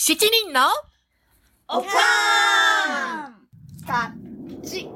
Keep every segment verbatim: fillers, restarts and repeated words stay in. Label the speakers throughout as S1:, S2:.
S1: 七人の
S2: おかーんたち。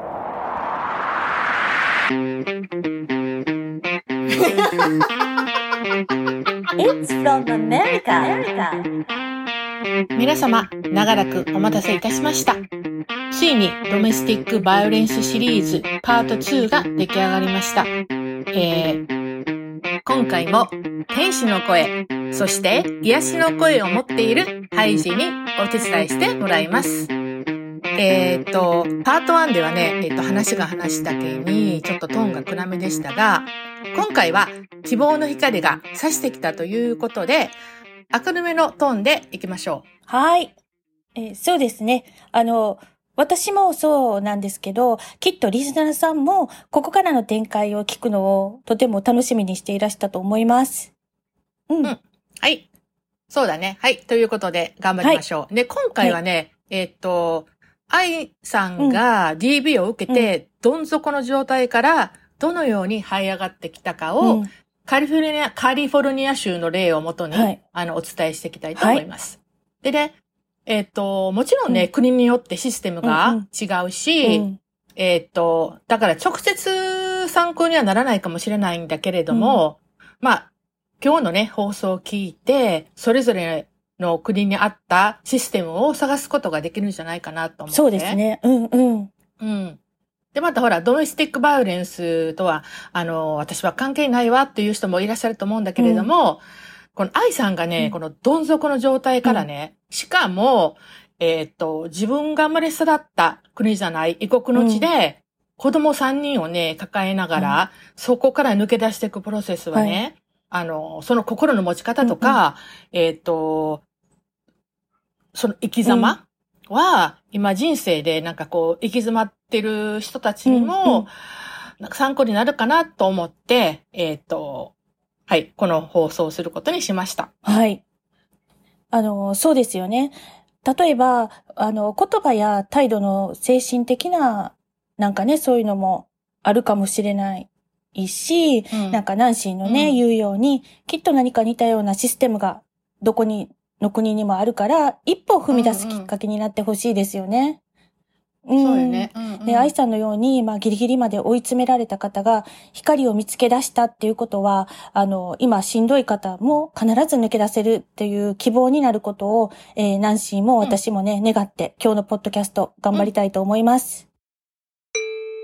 S3: It's from America.
S1: 皆様、長らくお待たせいたしました。ついにドメスティックバイオレンスシリーズパートツーが出来上がりました。えー、今回も天使の声、そして癒しの声を持っているハイジにお手伝いしてもらいます。えーと、パートワンではね、えーと、話が話したけにちょっとトーンが暗めでしたが、今回は希望の光が差してきたということで、明るめのトーンでいきましょう。
S3: はい、えー。そうですね。あの、私もそうなんですけど、きっとリスナーさんもここからの展開を聞くのをとても楽しみにしていらしたと思います。うん。うん、
S1: はい。そうだね。はい。ということで頑張りましょう。はい、で、今回はね、はい、えー、っと、愛さんが ディーブイ を受けて、うん、どん底の状態からどのように這い上がってきたかを、うん、カリフォルニア、カリフォルニア州の例をもとに、はい、あの、お伝えしていきたいと思います。はい、でね、えっと、もちろんね、うん、国によってシステムが違うし、うんうん、えっと、だから直接参考にはならないかもしれないんだけれども、うん、まあ、今日のね、放送を聞いて、それぞれの国に合ったシステムを探すことができるんじゃないかなと思って。
S3: そうですね。うんうん。
S1: うん。で、またほら、ドメスティックバイオレンスとは、あの、私は関係ないわっていう人もいらっしゃると思うんだけれども、うん、この愛さんがね、うん、このどん底の状態からね、うん、しかも、えっと、自分が生まれ育った国じゃない異国の地で、うん、子供さんにんをね、抱えながら、うん、そこから抜け出していくプロセスはね、はい、あの、その心の持ち方とか、うんうん、えっと、その生き様は、うん、今人生でなんかこう、行き詰まってる人たちにも、うんうん、なんか参考になるかなと思って、えっと、はい、この放送をすることにしました。
S3: はい。あの、そうですよね。例えば、あの、言葉や態度の精神的な、なんかね、そういうのもあるかもしれないし、うん、なんかナンシーのね、うん、言うように、きっと何か似たようなシステムがどこに、の国にもあるから、一歩踏み出すきっかけになってほしいですよね。
S1: うんうん、そうよね。うんうん、
S3: で、愛さんのように、まあ、ギリギリまで追い詰められた方が、光を見つけ出したっていうことは、あの、今しんどい方も必ず抜け出せるっていう希望になることを、えー、ナンシーも私もね、うん、願って、今日のポッドキャスト頑張りたいと思います。うん、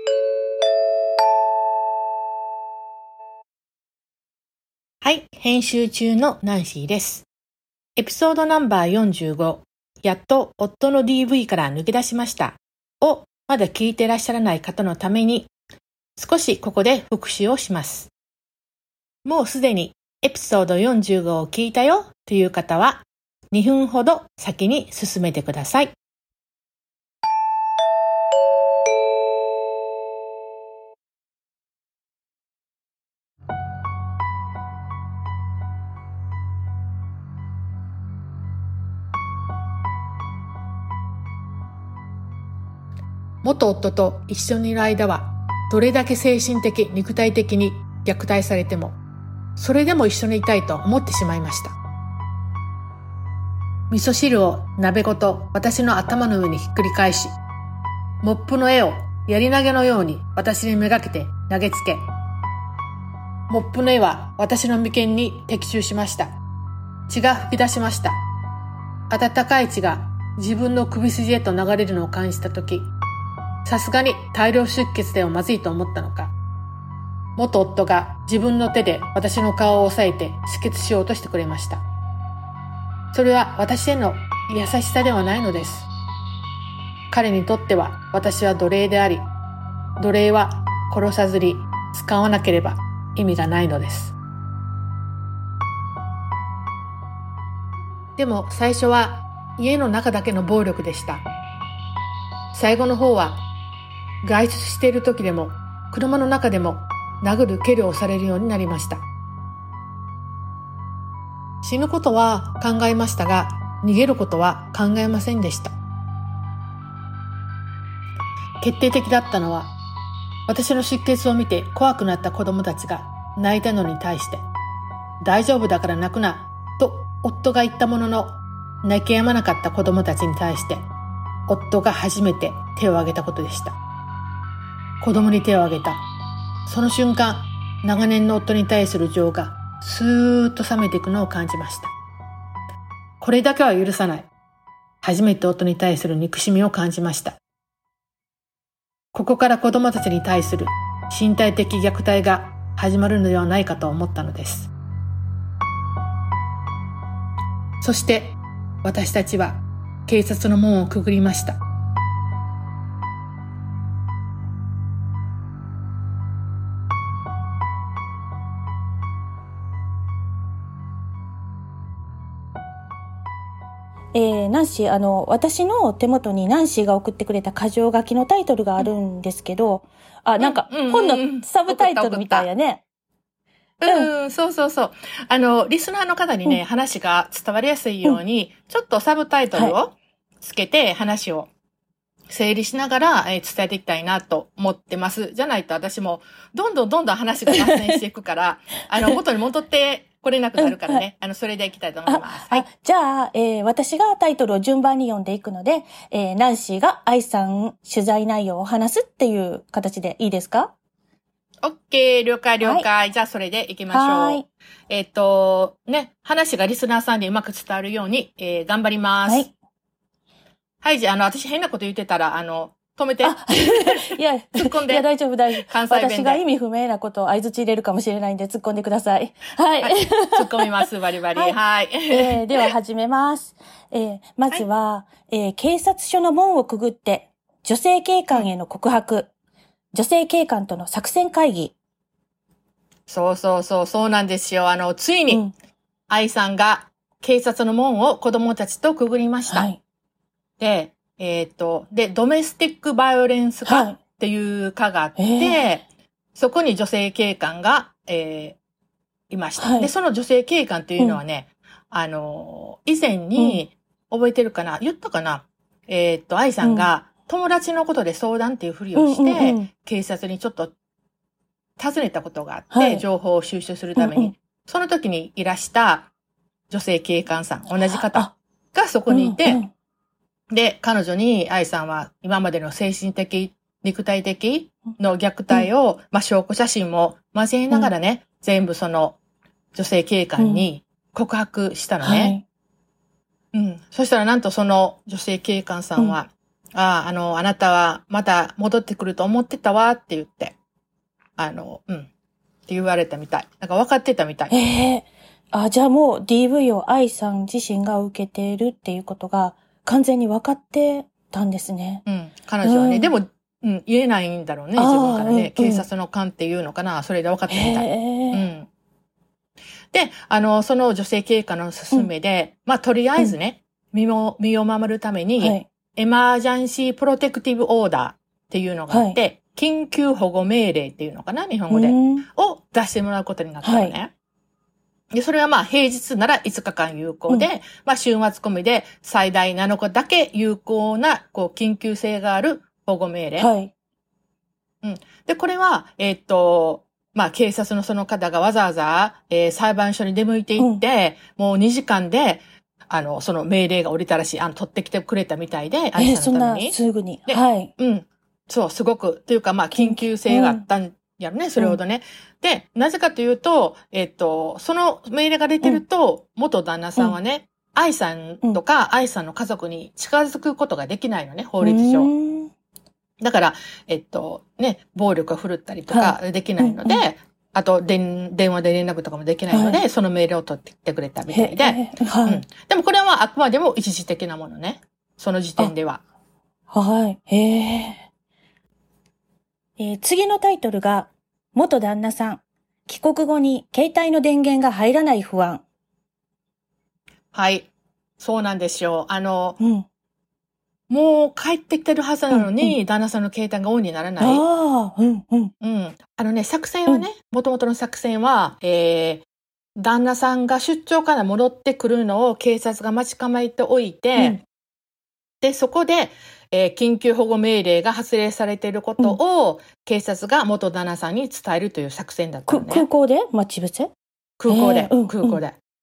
S1: はい、編集中のナンシーです。エピソードナンバーよんじゅうご、やっと夫の ディーブイ から抜け出しましたをまだ聞いていらっしゃらない方のために少しここで復習をします。もうすでにエピソードよんじゅうごを聞いたよという方はにふんほど先に進めてください。元夫と一緒にいる間はどれだけ精神的、肉体的に虐待されてもそれでも一緒にいたいと思ってしまいました。味噌汁を鍋ごと私の頭の上にひっくり返し、モップの絵を槍投げのように私にめがけて投げつけ、モップの絵は私の眉間に的中しました。血が吹き出しました。温かい血が自分の首筋へと流れるのを感じたとき、さすがに大量出血ではまずいと思ったのか、元夫が自分の手で私の顔を押さえて止血しようとしてくれました。それは私への優しさではないのです。彼にとっては私は奴隷であり、奴隷は殺さずに使わなければ意味がないのです。でも最初は家の中だけの暴力でした。最後の方は外出している時でも車の中でも殴る蹴るをされるようになりました。死ぬことは考えましたが、逃げることは考えませんでした。決定的だったのは、私の出血を見て怖くなった子供たちが泣いたのに対して、大丈夫だから泣くなと夫が言ったものの、 泣き止まなかった子供たちに対して、夫が初めて手を挙げたことでした。子供に手を挙げた。その瞬間、長年の夫に対する情がスーッと冷めていくのを感じました。これだけは許さない。初めて夫に対する憎しみを感じました。ここから子供たちに対する身体的虐待が始まるのではないかと思ったのです。そして私たちは警察の門をくぐりました。
S3: えー、ナンシー、あの、私の手元にナンシーが送ってくれた箇条書きのタイトルがあるんですけど、あ、なんか、本のサブタイトルみたいやね。
S1: うん、うん、そうそうそう。あの、リスナーの方にね、うん、話が伝わりやすいように、うん、ちょっとサブタイトルをつけて話を整理しながら、えー、伝えていきたいなと思ってます。じゃないと私も、どんどんどんどん話が脱線していくから、あの、元に戻って、来れなくなるからね。あの、それでいきたいと思います。はい。
S3: じゃあ、えー、私がタイトルを順番に読んでいくので、えー、ナンシーが愛さん取材内容を話すっていう形でいいですか？
S1: オッケー、了解了解。はい、じゃあ、それでいきましょう。はい。えっと、ね、話がリスナーさんにうまく伝わるように、えー、頑張ります。はい。はい、じゃあ、あの、私変なこと言ってたら、あの、止めて。
S3: いや、突っ込んで。いや、大丈夫、大丈夫。関西弁で。私が意味不明なことを相槌入れるかもしれないんで、突っ込んでください。はい。はい、
S1: 突っ込みます、バリバリ。はい。はい、
S3: えー、では始めます。えー、まずは、はい、えー、警察署の門をくぐって、女性警官への告白。女性警官との作戦会議。
S1: そうそうそう、そうなんですよ。あの、ついに、うん、愛さんが警察の門を子供たちとくぐりました。はい。で、えっと、で、ドメスティックバイオレンス課っていう課があって、はいえー、そこに女性警官が、えー、いました、はい。で、その女性警官というのはね、うん、あの、以前に、覚えてるかな、うん、言ったかなえっと、愛さんが友達のことで相談っていうふりをして、うんうんうん、警察にちょっと尋ねたことがあって、はい、情報を収集するために、うんうん、その時にいらした女性警官さん、同じ方がそこにいて、うんうんで、彼女に愛さんは今までの精神的、肉体的の虐待を、うん、まあ、証拠写真も交えながらね、うん、全部その女性警官に告白したのね。うん。はい、うん。そしたらなんとその女性警官さんは、うん、ああ、あの、あなたはまた戻ってくると思ってたわって言って、あの、うん。って言われたみたい。なんか分かってたみたい。
S3: ええー。あ、じゃあもう ディーブイ を愛さん自身が受けているっていうことが、完全に分かってたんですね。
S1: うん。彼女はね、うん、でも、うん、言えないんだろうね、自分からね。うん、警察の勘っていうのかな、それで分かってみたい。うん。で、あの、その女性警官の勧めで、うん、まあ、とりあえずね、うん、身を、身を守るために、はい、エマージャンシープロテクティブオーダーっていうのがあって、はい、緊急保護命令っていうのかな、日本語で、を出してもらうことになったのね。はいで、それはまあ平日ならいつかかん有効で、うん、まあ週末込みで最大なのかだけ有効な、こう、緊急性がある保護命令。はい。うん。で、これは、えー、っと、まあ警察のその方がわざわざ、えー、裁判所に出向いていって、うん、もうにじかんで、あの、その命令が降りたらしい、あの、取ってきてくれたみたいで、
S3: 愛さんのために。えー、そんなすぐに。はい。
S1: うん。そう、すごく、というかまあ緊急性があったん、うんやるね、それほどね。うん、で、なぜかというと、えっと、その命令が出てると、うん、元旦那さんはね、うん、愛さんとか、愛さんの家族に近づくことができないのね、法律上。だから、えっと、ね、暴力を振るったりとかできないので、はい、あと、電、電話で連絡とかもできないので、はい、その命令を取ってきてくれたみたいで、はいうん。でもこれはあくまでも一時的なものね。その時点では。
S3: はい。へー。えー、次のタイトルが、元旦那さん、帰国後に携帯の電源が入らない不安。
S1: はい。そうなんですよ。あの、うん、もう帰ってきてるはずなのに、うんうん、旦那さんの携帯がオンにならない。
S3: ああ、うんうん。
S1: うん。あのね、作戦はね、もともとの作戦は、えー、旦那さんが出張から戻ってくるのを警察が待ち構えておいて、うん、で、そこで、えー、緊急保護命令が発令されていることを、うん、警察が元旦那さんに伝えるという作戦だったのね。
S3: 空港で待ち伏せ
S1: 空港で、えーうん、空港で。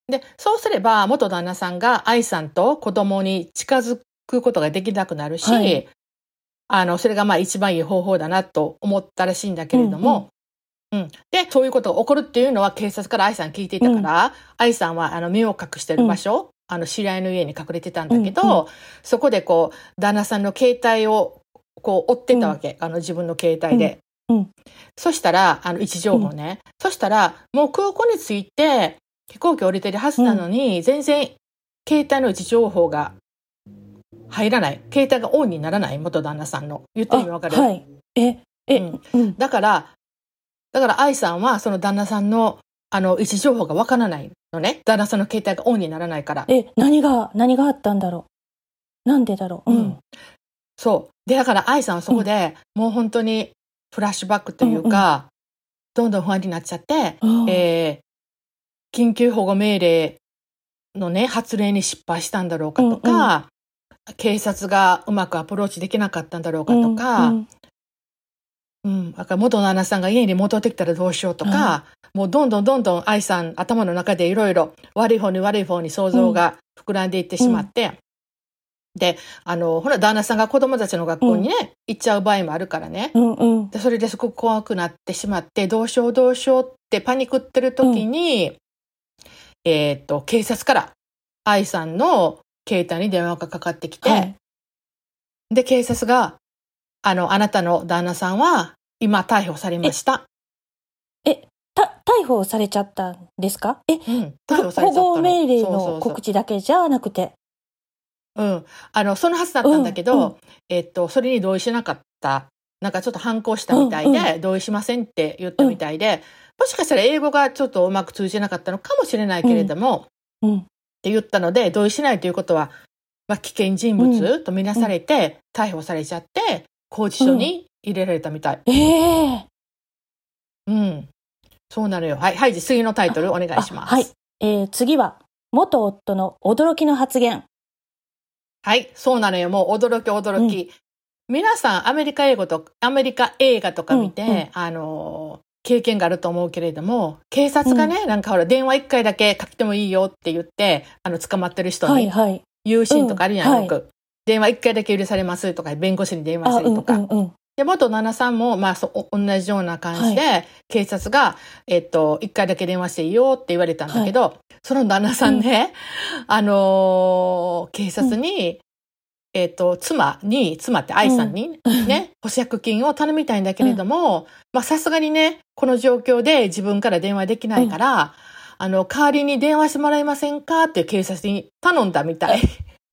S1: で、そうすれば元旦那さんが愛さんと子供に近づくことができなくなるし、はい、あの、それがまあ一番いい方法だなと思ったらしいんだけれども、うん、うんうん、で、そういうことが起こるっていうのは警察から愛さん聞いていたから、うん、愛さんはあの身を隠してる場所、うん、あの知り合いの家に隠れてたんだけど、うんうん、そこでこう、旦那さんの携帯をこう追ってたわけ、うん、あの自分の携帯で。うんうん、そしたら、あの位置情報ね、うん。そしたら、もう空港に着いて、飛行機降りてるはずなのに、うん、全然携帯の位置情報が入らない。携帯がオンにならない、元旦那さんの。言ってる意味わかる？
S3: はい。え、え、
S1: うんうん、だから、だから愛さんはその旦那さんのあの位置情報がわからないのね。旦那さんの携帯がオンにならないから。
S3: え、何が、何があったんだろう。なんでだろう。うん。うん、
S1: そう。で、だから愛さんはそこで、うん、もう本当にフラッシュバックというか、うんうん、どんどん不安になっちゃって、うん、えー、緊急保護命令のね、発令に失敗したんだろうかとか、うんうん、警察がうまくアプローチできなかったんだろうかとか、うんうん、だから元旦那さんが家に戻ってきたらどうしようとか、うん、もうどんどんどんどん愛さん頭の中でいろいろ悪い方に悪い方に想像が膨らんでいってしまって、うん、で、あの、ほら旦那さんが子供たちの学校にね、うん、行っちゃう場合もあるからね、うんうん、でそれですごく怖くなってしまって、どうしようどうしようってパニクってる時に、うん、えっと、警察から愛さんの携帯に電話がかかってきて、はい、で、警察が、あの、あなたの旦那さんは今逮捕されました。
S3: え、えた、逮捕されちゃったんですか？え、うん、逮捕されちゃったの。保護命令の告知だけじゃなくて。
S1: うん。あの、そのはずだったんだけど、うんうん、えっと、それに同意しなかった。なんかちょっと反抗したみたいで、うんうん、同意しませんって言ったみたいで、うん、もしかしたら英語がちょっとうまく通じなかったのかもしれないけれども、うんうん、って言ったので、同意しないということは、まあ、危険人物とみなされて、逮捕されちゃって、拘置所に入れられたみたい。
S3: うん、え
S1: えー、うん。そうなのよ。はい。はい。次のタイトルお願いします。
S3: はい。えー、次は、元夫の驚きの発言。
S1: はい。そうなのよ。もう驚き驚き。うん、皆さん、アメリカ英語と、アメリカ映画とか見て、うんうん、あのー、経験があると思うけれども、警察がね、うん、なんかほら、電話一回だけかけてもいいよって言って、あの、捕まってる人に、はいはい、有審とかあるやん、よく。うんはい、電話一回だけ許されますとか、弁護士に電話するとか。うんうんうん、で、元旦那さんも、まあ、そ、同じような感じで、はい、警察が、えっと、一回だけ電話していいよって言われたんだけど、はい、その旦那さんね、うん、あのー、警察に、うん、えっと、妻に、妻って愛さんに、うん、ね、保釈金を頼みたいんだけれども、うん、まあ、さすがにね、この状況で自分から電話できないから、うん、あの、代わりに電話してもらえませんかって警察に頼んだみたい。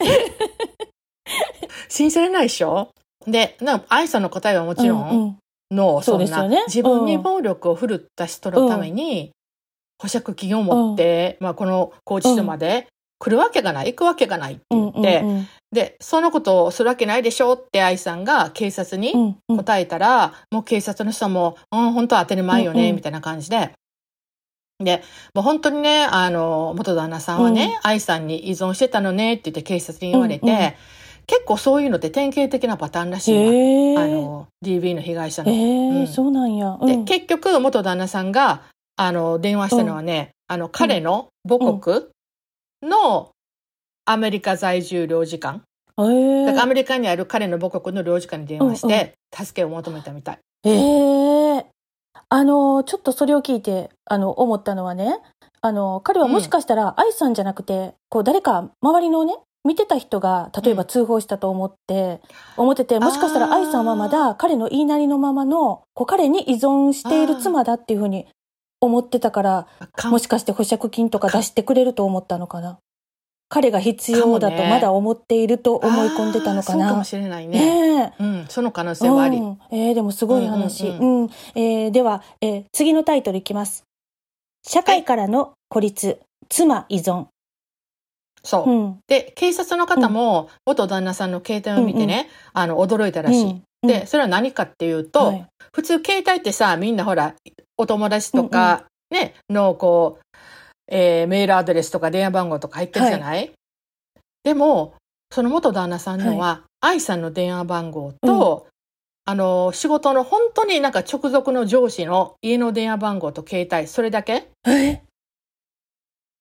S1: 信じられないでしょ？で、なんか愛さんの答えはもちろん、うんうん、の、そんな、ね、自分に暴力を振るった人のために、保釈金を持って、うん、まあ、この拘置所まで来るわけがない、行くわけがないって言って、うんうんうん、で、そのことをするわけないでしょって愛さんが警察に答えたら、うんうん、もう警察の人も、うん、本当は当たり前よね、うんうん、みたいな感じで、で、もう本当にね、あの、元旦那さんはね、うん、愛さんに依存してたのねって言って警察に言われて、うんうん、結構そういうのって典型的なパターンらしいわ。あの、ディーブイ の被害者の。
S3: えーうん、そうなんや。うん、
S1: で、結局、元旦那さんが、あの、電話したのはね、うん、あの、彼の母国のアメリカ在住領事館。えー、だからアメリカにある彼の母国の領事館に電話して、助けを求めたみたい。
S3: うんうん、えー、あの、ちょっとそれを聞いて、あの、思ったのはね、あの、彼はもしかしたら、愛さんじゃなくて、こう、誰か、周りのね、見てた人が、例えば通報したと思って、うん、思ってて、もしかしたら愛さんはまだ彼の言いなりのままの、こう彼に依存している妻だっていうふうに思ってたから、もしかして保釈金とか出してくれると思ったのかな。彼が必要だとまだ思っていると思い込んでたのかな。
S1: そうかもしれないね。ねえ、うん、その可能性はあり。うん、
S3: えー、でもすごい話。うん、うんうん、えー、では、えー、次のタイトルいきます。社会からの孤立、はい、妻依存。
S1: そう、うん。で、警察の方も、元旦那さんの携帯を見てね、うんうん、あの、驚いたらしい。うんうん、で、それは何かっていうと、はい、普通携帯ってさ、みんなほら、お友達とか、うんうん、ね、の、こう、えー、メールアドレスとか電話番号とか入ってるじゃない、はい、でも、その元旦那さんのは、愛、はい、さんの電話番号と、うん、あの、仕事の本当になんか直属の上司の家の電話番号と携帯、それだけ。
S3: え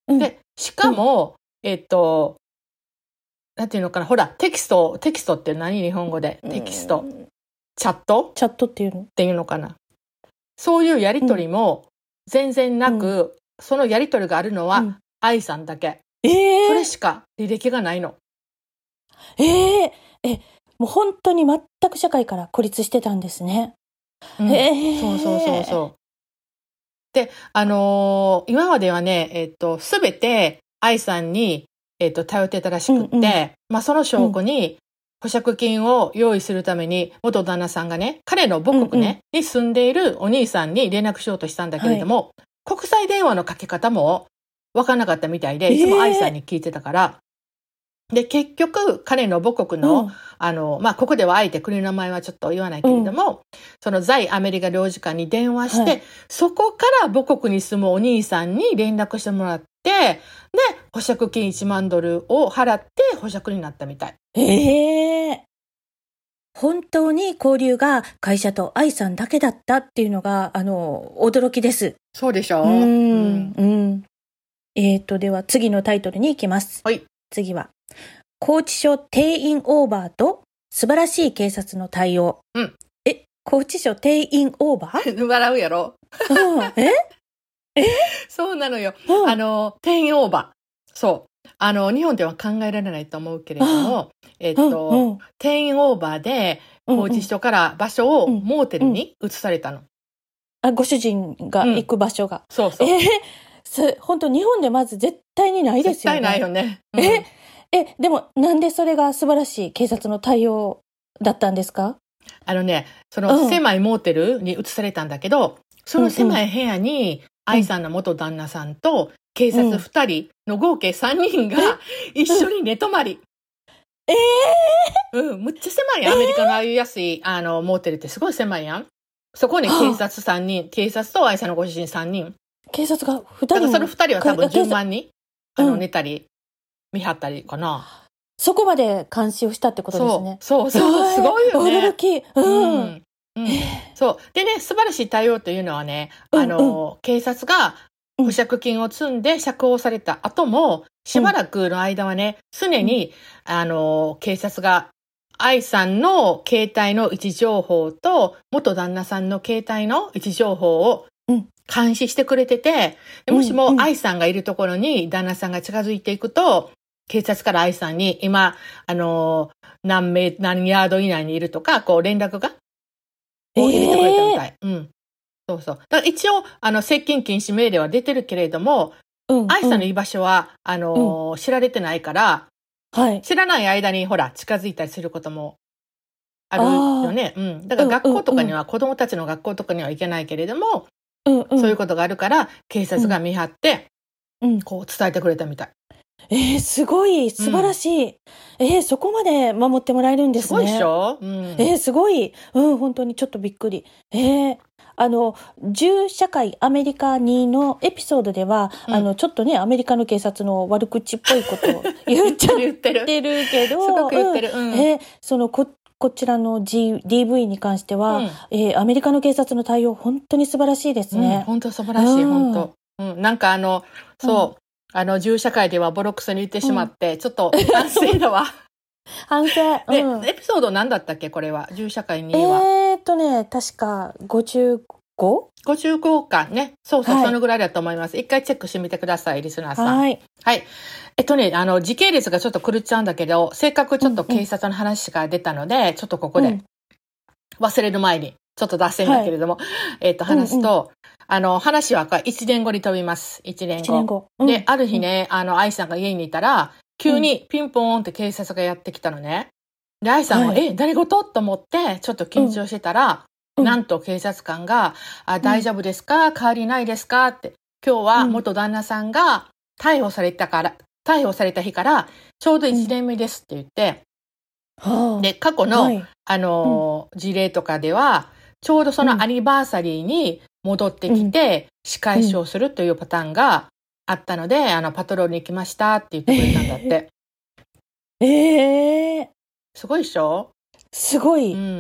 S3: うん
S1: で、しかも、えっと、なんていうのかな、ほら、テキスト、テキストって何日本語で。テキスト。チャット
S3: チャットっていうの
S1: っていうのかな。そういうやりとりも全然なく、
S3: う
S1: そのやりとりがあるのは、
S3: うん
S1: 愛さんだけ。
S3: えー、
S1: それしか履歴がないの。
S3: えー、え、もう本当に全く社会から孤立してたんですね。
S1: うん
S3: えー、
S1: そうそうそうそう。で、あのー今まではね、えっと、すべて愛さんに、えっと、頼ってたらしくって、
S3: うんうん
S1: まあ、その証拠に、保釈金を用意するために、元旦那さんがね、彼の母国ね、
S3: うんうん
S1: に住んでいるお兄さんに連絡しようとしたんだけれども、国際電話のかけ方も分からなかったみたいで、いつも愛さんに聞いてたから、で、結局、彼の母国の、
S3: うん
S1: あの、まあ、ここではあえて国の名前はちょっと言わないけれども、その在アメリカ領事館に電話して、
S3: はい、
S1: そこから母国に住むお兄さんに連絡してもらって、で、保釈金いちまんドルを払って保釈になったみたい。
S3: ええ本当に交流が会社と愛さんだけだったっていうのが、あの、驚きです。
S1: そうでしょう。
S3: うん、
S1: うん
S3: うん。えっと、では次のタイトルに行きます。
S1: はい。
S3: 次は、拘置所定員オーバーと素晴らしい警察の対応。
S1: うん。
S3: え、拘置所定員オーバー
S1: 笑うやろ。
S3: うん、え
S1: そうなのよ。
S3: うん、
S1: あの、定員オーバー。そう。あの、日本では考えられないと思うけれども、えっと、
S3: うんうん、
S1: 定員オーバーで、拘置所から場所を
S3: うん
S1: モーテルに移されたの。
S3: あ、ご主人が行く場所が。
S1: そうそう。
S3: えー、す本当日本でまず絶対にないですよね。
S1: 絶対ないよね。うん
S3: え、え、でもなんでそれが素晴らしい警察の対応だったんですか？
S1: あのね、その狭いモーテルに移されたんだけど、その狭い部屋に、愛さんの元旦那さんと警察ふたりの合計さんにんが一緒に寝泊まり。
S3: え
S1: えー、うん、むっちゃ狭いやん。アメリカのああいう安い、あの、モーテルってすごい狭いやん。そこに警察さんにん、警察と愛さんのご主人さんにん。
S3: 警察がふたりも。
S1: だからそのふたりは多分順番に、あの、
S3: うん
S1: 寝たり、見張ったりかな。
S3: そこまで監視をしたってことですね。
S1: そう、そう、そう、すごいよね。
S3: 驚き。うん。
S1: うんうん、そう。でね、素晴らしい対応というのはね、あの、
S3: うんうん、
S1: 警察が保釈金を積んで釈放された後も、しばらくの間はね、常に、うん、あの、警察が、愛さんの携帯の位置情報と、元旦那さんの携帯の位置情報を監視してくれてて、でもしも愛さんがいるところに旦那さんが近づいていくと、警察から愛さんに、今、あの、何メ、何ヤード以内にいるとか、こう連絡が、を入れてくれたみたい。えー、うん。そうそう。だから一応、あの、接近禁止命令は出てるけれども、うんうん、愛さんの居場所は、あの、うん、知られてないから、はい。知らない間に、ほら、近づいたりすることもあるよね。うん。だから学校とかには、うんうんうん、子供たちの学校とかには行けないけれども、うんうん、そういうことがあるから、警察が見張って、うん、こう伝えてくれたみたい。
S3: えー、すごい、素晴らしい。うん、えー、そこまで守ってもらえるんですね。
S1: すごいでしょ、うん、
S3: えー、すごい。うん、本当にちょっとびっくり。えー、あの、銃社会アメリカにのエピソードでは、うん、あの、ちょっとね、アメリカの警察の悪口っぽいことを言っちゃってるけど、
S1: すごく言ってる。うん、
S3: えー、そのこ、こちらの、G、ディーブイ に関しては、うん、えー、アメリカの警察の対応、本当に素晴らしいですね。
S1: うん、本当素晴らしい、うん、本当。うん、なんかあの、そう、あの、銃社会ではボロクソに言ってしまって、うん、ちょっと反省だわ。
S3: 反省。
S1: で、
S3: うん、
S1: エピソード何だったっけこれは。銃社会には。
S3: えーっとね、確かごじゅうご？
S1: ごじゅうごかね。そうそう、
S3: はい、
S1: そのぐらいだと思います。一回チェックしてみてください、リスナーさん。
S3: はい。
S1: はい。えっとね、あの、時系列がちょっと狂っちゃうんだけど、せっかくちょっと警察の話が出たので、うんうん、ちょっとここで、忘れる前に、ちょっと脱線だけれども、はい、えっと、話すと、うんうん、あの、話はいちねんごに飛びます。いちねんご。いちねんご。うん、で、ある日ね、あの、愛さんが家にいたら、急にピンポーンって警察がやってきたのね。で、愛さんは、はい、え、誰事と思って、ちょっと緊張してたら、うん、なんと警察官が、あ、大丈夫ですか、変わりないですかって、今日は元旦那さんが逮捕されたから、逮捕された日から、ちょうどいちねんめですって言って、うん、で、過去の、はい、あの、うん、事例とかでは、ちょうどそのアニバーサリーに戻ってきて、仕返しをするというパターンがあったので、あの、パトロールに行きましたって言ってくれたんだって。
S3: えー、えー、
S1: すごいでしょ？
S3: すごい。
S1: うん。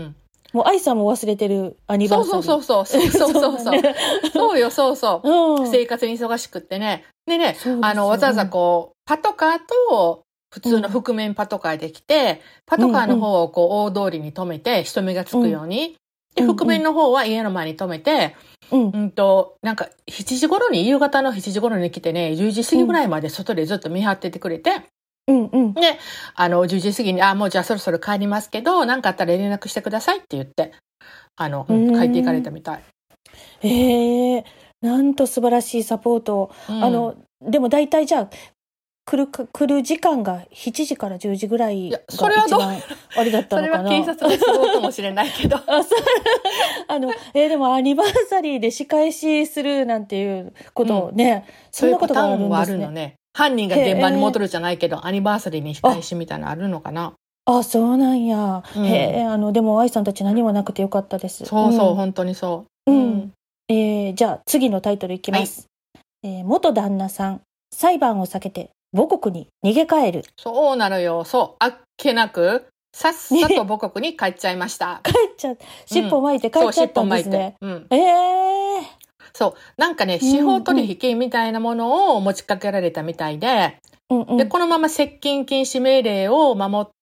S3: もう愛さんも忘れてるアニバーサリー。
S1: そうそうそうそう。そうそうそう。
S3: ね、
S1: そうよ、そうそう、
S3: うん。
S1: 生活に忙しくってね。でね、あの、わざわざこう、パトカーと、普通の覆面パトカーで来て、パトカーの方をこう、大通りに止めて、人目がつくように。で、覆面の方は家の前に止めて、うん、うんと、なんか、しちじ頃に、夕方のしちじ頃に来てね、じゅうじ過ぎぐらいまで外でずっと見張っててくれて、うんうん。で、あの、じゅうじ過ぎに、あ、もうじゃあそろそろ帰りますけど、なんかあったら連絡してくださいって言って、あの、うん、帰っていかれたみたい。
S3: ええー、なんと素晴らしいサポート。うん、あの、でも大体じゃあ、来るか、来る時間がしちじからじゅうじぐらいが一番あれだったのかな。
S1: それは警察でそうかもしれないけど。あ、そう。
S3: あの、えー、でもアニバーサリーで仕返しするなんていうことをね、うん、そんなことがあるんですね。そういうパターンはあるのね。犯人が現場に戻るじゃないけど、アニバーサリーに仕返しみたいなのあるのかな。 あ、そうなんや。うん、へえ、あの、でも愛さんたち何もなくてよかったです。
S1: そうそう、うん、本当にそう。
S3: うん。うん、えー、じゃあ次のタイトルいきます。はい、えー、元旦那さん、裁判を避けて母国に逃げ帰る。
S1: そうなのよ。そう。あっけなく、さっさと母国に帰っちゃいました。
S3: 帰っちゃ、尻尾巻いて帰っちゃったんですね。
S1: うん、そう、尻尾巻いて。うん。えー。そう。なんかね、司法取引みたいなものを持ちかけられたみたいで、うんうん、で、このまま接近禁止命令を守って、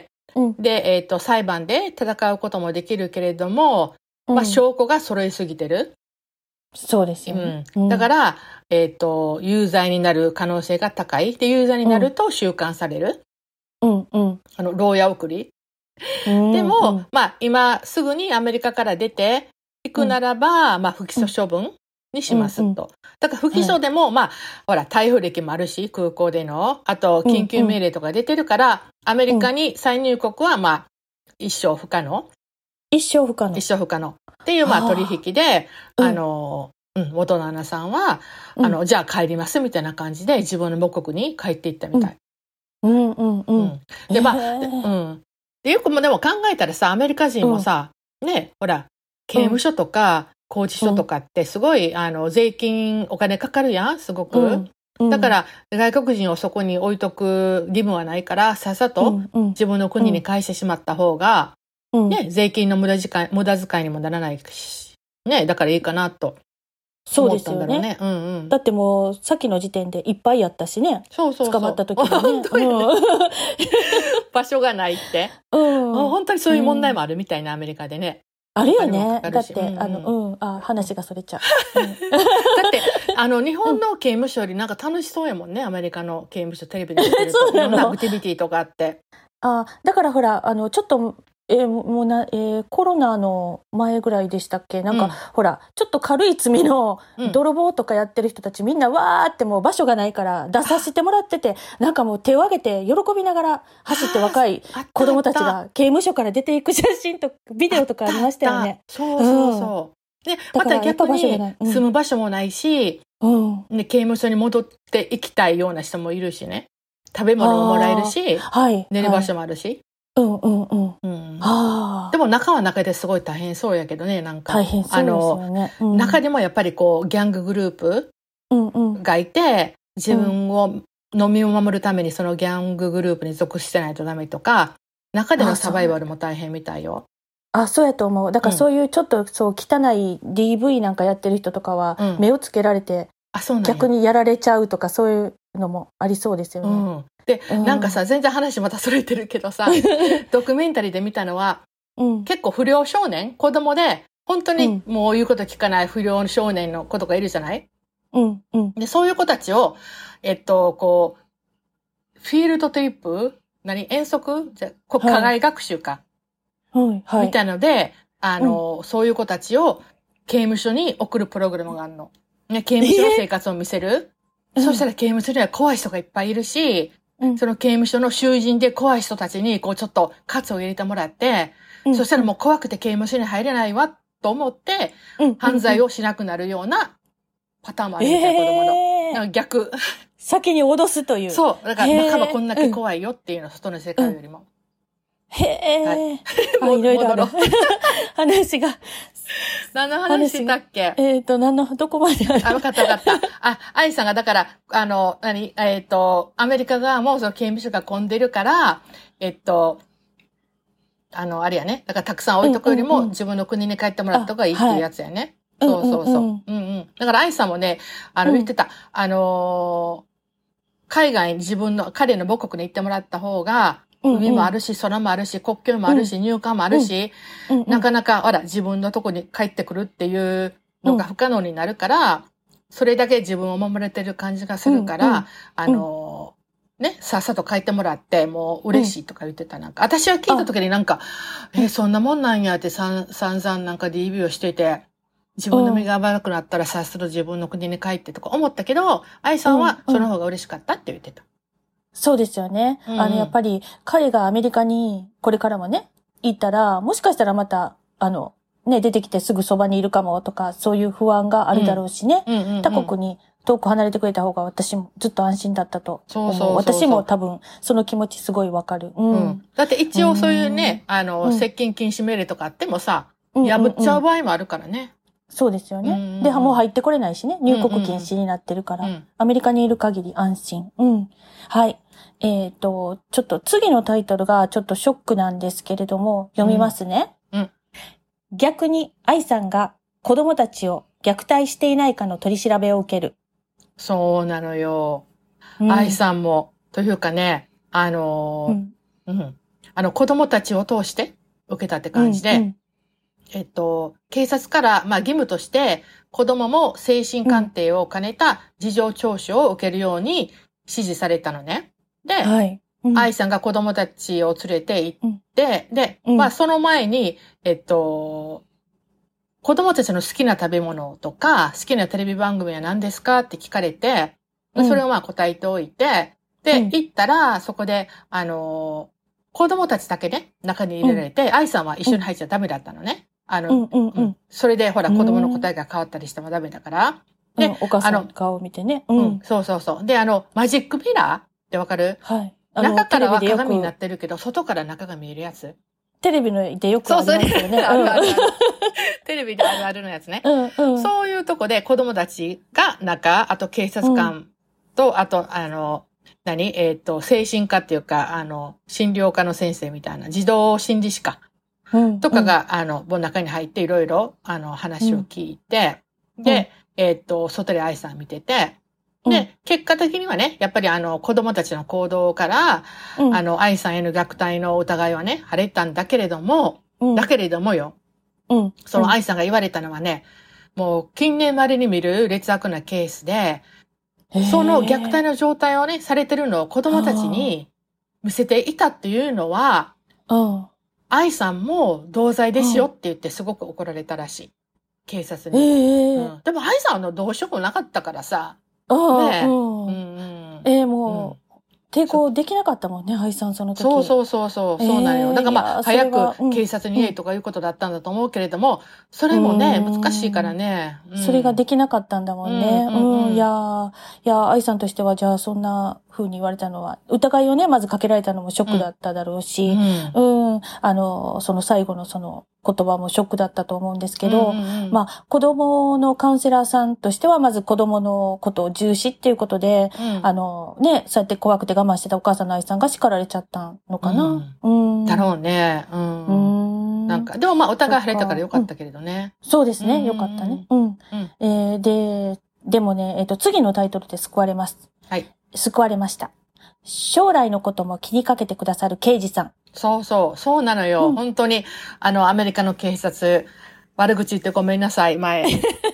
S1: うん、で、えっと、裁判で戦うこともできるけれども、うん、まあ、証拠が揃いすぎてる。
S3: そうですよね。
S1: うん、だから、えっと、有罪になる可能性が高い。で、有罪になると収監される。うんうん。あの、牢屋送り。うんうん、でも、うん、まあ、今すぐにアメリカから出ていくならば、うん、まあ、不起訴処分にしますと。うんうん、だから不起訴でも、はい、まあ、ほら、逮捕歴もあるし、空港での、あと、緊急命令とか出てるから、うんうん、アメリカに再入国は、まあ、一生不可能。
S3: 一生不可能。
S1: 一生不可能。っていう、まあ、取引で、あの、うん、元旦那さんは、あの、うん、じゃあ帰りますみたいな感じで自分の母国に帰っていったみたい。
S3: うん、うん、うん。うん、
S1: で、まあ、うん。で、よくもでも考えたらさ、アメリカ人もさ、うん、ね、ほら、刑務所とか、拘置所とかってすごい、あの、税金、お金かかるやん、すごく。うんうん、だから、外国人をそこに置いとく義務はないから、さっさと自分の国に返してしまった方が、うん、ね、税金の無駄遣い、無駄遣いにもならないし、ね、だからいいかなと。
S3: そうですよね。
S1: ね、うんうん、
S3: だってもう、さっきの時点でいっぱいやったしね。
S1: そうそうそう。
S3: 捕まった時にね。
S1: 本当に、うん、場所がないって、うん。本当にそういう問題もあるみたいな、アメリカでね。
S3: あるよね。だって、うんうん、あの、うん、あ、話がそれちゃう。うん、だ
S1: って、あの、日本の刑務所よりなんか楽しそうやもんね、アメリカの刑務所テレビで見てると。そうなの？いろんなアクティビティとかあって。
S3: あ、だからほら、あの、ちょっと、えー、もうな、えー、コロナの前ぐらいでしたっけなんか、うん、ほら、ちょっと軽い罪の泥棒とかやってる人たち、うん、みんなわーってもう場所がないから出させてもらってて、なんかもう手を挙げて喜びながら走って若い子供たちが刑務所から出ていく写真とビデオとかありましたよね。
S1: そうそうそう。で、また逆に住む場所もないし、うん、で刑務所に戻っていきたいような人もいるしね。食べ物ももらえるし、はい、寝る場所もあるし。はい
S3: うんうんうん。うん、
S1: はあ、でも中は中ですごい大変そうやけどね、なんか。
S3: 大変そうですよね。
S1: うん、中でもやっぱりこう、ギャンググループがいて、うんうん、自分を、の身を守るためにそのギャンググループに属してないとダメとか、中でのサバイバルも大変みたいよ。
S3: あ、そうやと思う。だからそういうちょっとそう汚い ディーブイ なんかやってる人とかは、目をつけられて、あ、そうなんや。逆にやられちゃうとかそういうのもありそうですよね。うん
S1: で、うん、なんかさ、全然話またそれてるけどさ、ドキュメンタリーで見たのは、うん、結構不良少年、子供で、本当にもう言うこと聞かない不良少年の子とかいるじゃない、うんうん、でそういう子たちを、えっと、こう、フィールドトリップ何遠足じゃ、課外学習か、はいはい、みたいので、あの、うん、そういう子たちを刑務所に送るプログラムがあるの。ね、刑務所の生活を見せる。えー、そしたら刑務所には怖い人がいっぱいいるし、うん、その刑務所の囚人で怖い人たちに、こうちょっと喝を入れてもらって、うん、そしたらもう怖くて刑務所に入れないわ、と思って、うん、犯罪をしなくなるようなパターンもあるみたい、えー、子供の。なんか逆。
S3: 先に脅すという。
S1: そう。だから中はこんだけ怖いよっていうの、外の世界よりも。うん
S3: へえ、はい。あ、いろいろある。話が。
S1: 何の話したっけ
S3: えっ、ー、と、何の、どこまである
S1: あ、わかったわかった。あ、愛さんが、だから、あの、何えっ、ー、と、アメリカ側もその刑務所が混んでるから、えっと、 あの、あれやね。だからたくさん置いとくよりも、
S3: うんうんうん
S1: 自分の国に帰ってもらった方がいいっていうやつやね。
S3: はい
S1: そうそうそう。
S3: う
S1: うんん
S3: うんうん
S1: うん。だから愛さんもね、あの、
S3: うん
S1: 言ってた。あのー海外に自分の、彼の母国に行ってもらった方が、
S3: うんうん
S1: 海もあるし、空もあるし、国境もあるし、入管もあるし、
S3: うんうん
S1: なかなか、あら、自分のとこに帰ってくるっていうのが不可能になるから、それだけ自分を守れてる感じがするから、
S3: うんうん
S1: あのーね、さっさと帰ってもらって、もう嬉しいとか言ってた。なんか、私は聞いた時になんか、えーそんなもんなんやってさん散々なんか ディーブイ をしてて、自分の身が悪くなったらさっさと自分の国に帰ってとか思ったけど、愛さんはその方が嬉しかったって言ってた。
S3: そうですよね。
S1: うんうん
S3: あの、やっぱり、彼がアメリカにこれからもね、行ったら、もしかしたらまた、あの、ね、出てきてすぐそばにいるかもとか、そういう不安があるだろうしね。
S1: うんうんうん
S3: 他国に遠く離れてくれた方が私もずっと安心だったと思う。
S1: そうそうそうそう
S3: 私も多分、その気持ちすごいわかる。うん。
S1: うんだって一応そういうね、あの、
S3: うん
S1: 接近禁止命令とかあってもさ、
S3: うん
S1: 破っちゃう場合もあるからね。
S3: そうですよね。
S1: うんうんうん
S3: で、もう入ってこれないしね。入国禁止になってるから。
S1: うん
S3: アメリカにいる限り安心。うん。はい。えっ、と、ちょっと次のタイトルがちょっとショックなんですけれども、読みますね。
S1: うんうん
S3: 逆に愛さんが子供たちを虐待していないかの取り調べを受ける。
S1: そうなのよ。
S3: うん
S1: 愛さんも、というかね、あのー
S3: うん
S1: うん、あの子供たちを通して受けたって感じで、
S3: うん
S1: えっと、警察から、まあ義務として子供も精神鑑定を兼ねた事情聴取を受けるように指示されたのね。で、
S3: うんはい。うん
S1: 愛さんが子供たちを連れて行って、で、
S3: うん
S1: まあその前に、えっと、子供たちの好きな食べ物とか、好きなテレビ番組は何ですかって聞かれて、
S3: うん
S1: それをまあ答えておいて、で、
S3: うん
S1: 行ったら、そこで、あのー子供たちだけね、中に入れられて、愛さんは一緒に入っちゃダメだったのね。あの、
S3: うんうんう
S1: うんん。それで、ほら、子供の答えが変わったりしてもダメだから。で
S3: うんお母さ
S1: あの
S3: んの顔を見てね。う。
S1: うんん、そうそうそう。で、あの、マジックミラーってわかる？
S3: はい。あの
S1: 中からは
S3: テレビでよ
S1: 鏡になっ
S3: く、
S1: てるけど、外から中が見えるやつ。
S3: テレビのでよくあ
S1: そうそう、
S3: りますよね。
S1: あるあるある。テレビであるあるのやつね。
S3: うんうん。
S1: そういうとこで子供たちが中、あと警察官と、あと、あの、何えっ、と、精神科っていうか、あの、診療科の先生みたいな、児童心理士科
S3: うん
S1: とかが、あの、もう中に入っていろいろ、あの、話を聞いて、
S3: ん
S1: で、えっ、と、外で愛さん見てて、
S3: うん
S1: で、結果的にはね、やっぱりあの、子供たちの行動から、
S3: うん
S1: あの、愛さんへの虐待の疑いはね、晴れたんだけれども、
S3: うん
S1: だけれどもよ、
S3: うん
S1: その愛さんが言われたのはね、もう近年まれに見る劣悪なケースで、その虐待の状態をね、されてるのを子供たちに見せていたっていうのは、
S3: うん。
S1: 愛さんも同罪ですよって言ってすごく怒られたらしい。警察
S3: え
S1: に。
S3: え
S1: うんでも愛さんはのどうしようもなかったからさ。
S3: ああ、
S1: ねえ
S3: うん。
S1: うんうん
S3: ええもう、抵抗できなかったもんね、愛さんその時。
S1: そうそうそうそう、そうなんよ。
S3: えー
S1: だからまあ、
S3: いやそれ
S1: 早
S3: はうん
S1: く警察に言えとかいうことだったんだと思うけれども、それもね、
S3: うん
S1: 難しいからね。うん
S3: それができなかったんだもんね。
S1: うんうんうん
S3: うん。いやー、いやー、愛さんとしては、じゃあそんな風に言われたのは、疑いをね、まずかけられたのもショックだっただろうし、
S1: うん
S3: うん、あの、その最後のその言葉もショックだったと思うんですけど、
S1: うんうんうん
S3: まあ、子供のカウンセラーさんとしては、まず子供のことを重視っていうことで、
S1: うん
S3: あの、ね、そうやって怖くて我慢してたお母さんの愛さんが叱られちゃったのかな。うん。
S1: だろうね。うん。
S3: うん。
S1: なんか、でもまあ、お互い晴れたからよかったけれどね。
S3: そうですね。
S1: うん
S3: よかったね。うん。
S1: うん
S3: えーで、でもね、えっと、次のタイトルで救われます。
S1: はい。
S3: 救われました。将来のことも気にかけてくださる刑事さん。
S1: そうそう、そうなのよ。
S3: うん
S1: 本当に、あの、アメリカの警察、悪口言ってごめんなさい、前。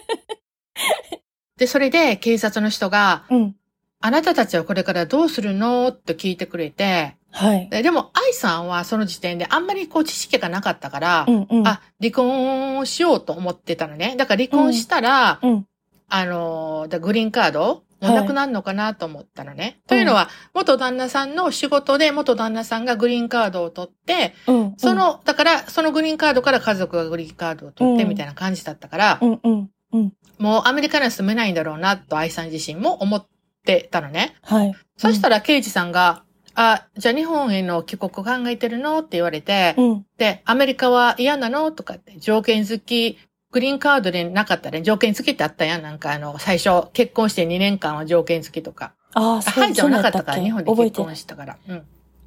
S1: で、それで警察の人が、
S3: うん。
S1: あなたたちはこれからどうするのって聞いてくれて、
S3: はい。
S1: ででも、愛さんはその時点であんまりこう知識がなかったから、
S3: うんうん。
S1: あ、離婚をしようと思ってたのね。だから離婚したら、
S3: うん。
S1: あの、だグリーンカードもうなくなるのかなと思ったのね。
S3: い
S1: というのは、元旦那さんの仕事で元旦那さんがグリーンカードを取って、
S3: うん。
S1: そ、の、だから、そのグリーンカードから家族がグリーンカードを取って
S3: うん
S1: みたいな感じだったから、
S3: うんうん。うん。
S1: もうアメリカには住めないんだろうな、と愛さん自身も思ってたのね。
S3: はい。
S1: そしたら、刑事さんが、あ、じゃあ日本への帰国考えてるのって言われて、
S3: うん。
S1: で、アメリカは嫌なのとかって、条件付き、グリーンカードでなかったら、条件付きってあったやん。なんかあの、最初、結婚してにねんかんは条件付きとか。
S3: ああ、
S1: あ
S3: そう
S1: はいじゃなかったから、
S3: そう
S1: 日本で結
S3: なんだっけ覚えて
S1: 婚したから。うん。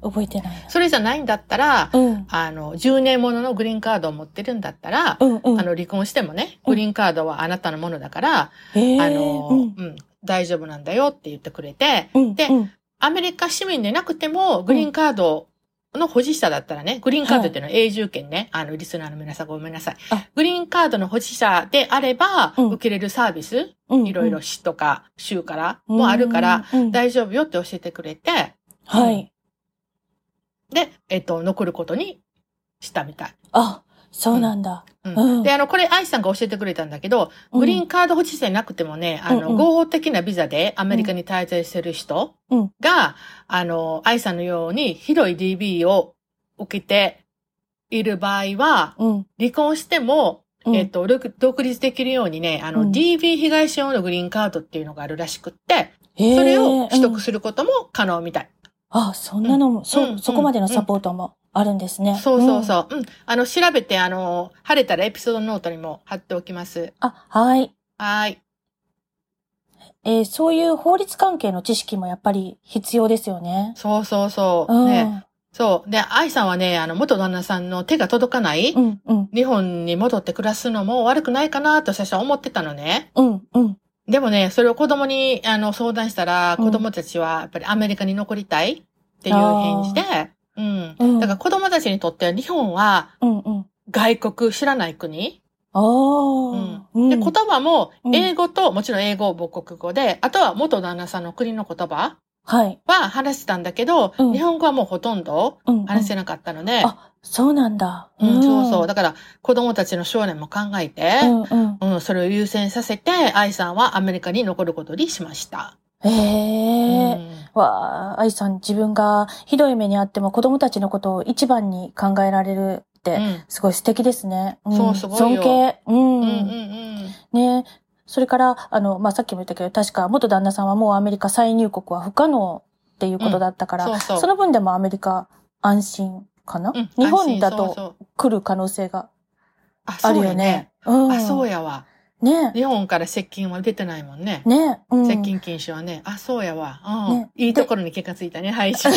S3: 覚えてない。
S1: それじゃないんだったら、
S3: うん。
S1: あの、じゅうねんもののグリーンカードを持ってるんだったら、
S3: うんうん。
S1: あの、離婚してもね、グリーンカードはあなたのものだから、
S3: へー
S1: あの、
S3: うん。
S1: うん、大丈夫なんだよって言ってくれて、
S3: うん。
S1: で、
S3: うん。
S1: アメリカ市民でなくても、グリーンカードの保持者だったらね、グリーンカードっていうのは永住権ね、あの、リスナーの皆さんごめんなさい
S3: あ。
S1: グリーンカードの保持者であれば、
S3: うん
S1: 受けれるサービス、
S3: うん。
S1: いろいろ市とか州からもあるから、
S3: うん、
S1: 大丈夫よって教えてくれて、
S3: はい。
S1: で、えっと、残ることにしたみたい。
S3: あ、そうなんだ。
S1: うん
S3: うん
S1: で、あの、これ、愛さんが教えてくれたんだけど、
S3: うん
S1: グリーンカード保持者じゃなくてもね、あの、
S3: うんうん
S1: 合法的なビザでアメリカに滞在してる人
S3: うん
S1: が、あの、愛さんのようにひどい ディービー を受けている場合は、
S3: うん。
S1: 離婚しても、
S3: うん
S1: えっと、独立できるようにね、あの、
S3: うん
S1: ディービー 被害者用のグリーンカードっていうのがあるらしくって、
S3: へー
S1: それを取得
S3: うん
S1: することも可能みたい。
S3: あ、そんなのも、
S1: う
S3: そ、
S1: ん
S3: そこまでのサポートもあるんですね。
S1: そうそう
S3: うん。
S1: そう。うん。あの、調べて、あの、晴れたらエピソードノートにも貼っておきます。
S3: あ、はい。
S1: はーい。
S3: えーそういう法律関係の知識もやっぱり必要ですよね。
S1: そうそうそう。
S3: うん。
S1: ね。そう。で、愛さんはね、あの、元旦那さんの手が届かない、
S3: うん、うん、
S1: 日本に戻って暮らすのも悪くないかなと最初は思ってたのね。
S3: うん、うん。
S1: でもね、それを子供にあの相談したら、
S3: うん
S1: 子供たちはやっぱりアメリカに残りたいっていう返事で、うん。
S3: うん
S1: だから子供たちにとっては日本は
S3: うん、うん。
S1: 外国知らない国。
S3: ああ、うん。
S1: で、言葉も
S3: うん
S1: 英語と、もちろん英語母国語で、あとは元旦那さんの国の言葉
S3: はい。
S1: は話してたんだけど、
S3: うん
S1: 日本語はもうほとんど
S3: うん、うん。
S1: 話せなかったので、
S3: あ、そうなんだ。
S1: うん、そうそう。だから子供たちの将来も考えて、
S3: うん、うん。
S1: うん、それを優先させて、愛さんはアメリカに残ることにしました。
S3: へえ。
S1: うん
S3: わあ、愛さん自分がひどい目にあっても子供たちのことを一番に考えられるって、
S1: うん
S3: すごい素敵ですね。ん
S1: そうすごいよ
S3: 尊敬。うん。
S1: うんうんうん
S3: ね。それから、あの、まあ、さっきも言ったけど、確か元旦那さんはもうアメリカ再入国は不可能っていうことだったから、
S1: うんそうそう
S3: の分でもアメリカ安心かな、
S1: うん
S3: 日本だと
S1: 安心そうそう
S3: 来る可能性が
S1: あ、
S3: あるよ
S1: そうやね
S3: ね。。うん。
S1: あ、そうやわ。
S3: ね。
S1: 日本から接近は出てないもんね。
S3: ね。うん。
S1: 接近禁止はね。あ、そうやわ。うん。
S3: ね
S1: いいところに気がついたね、配信。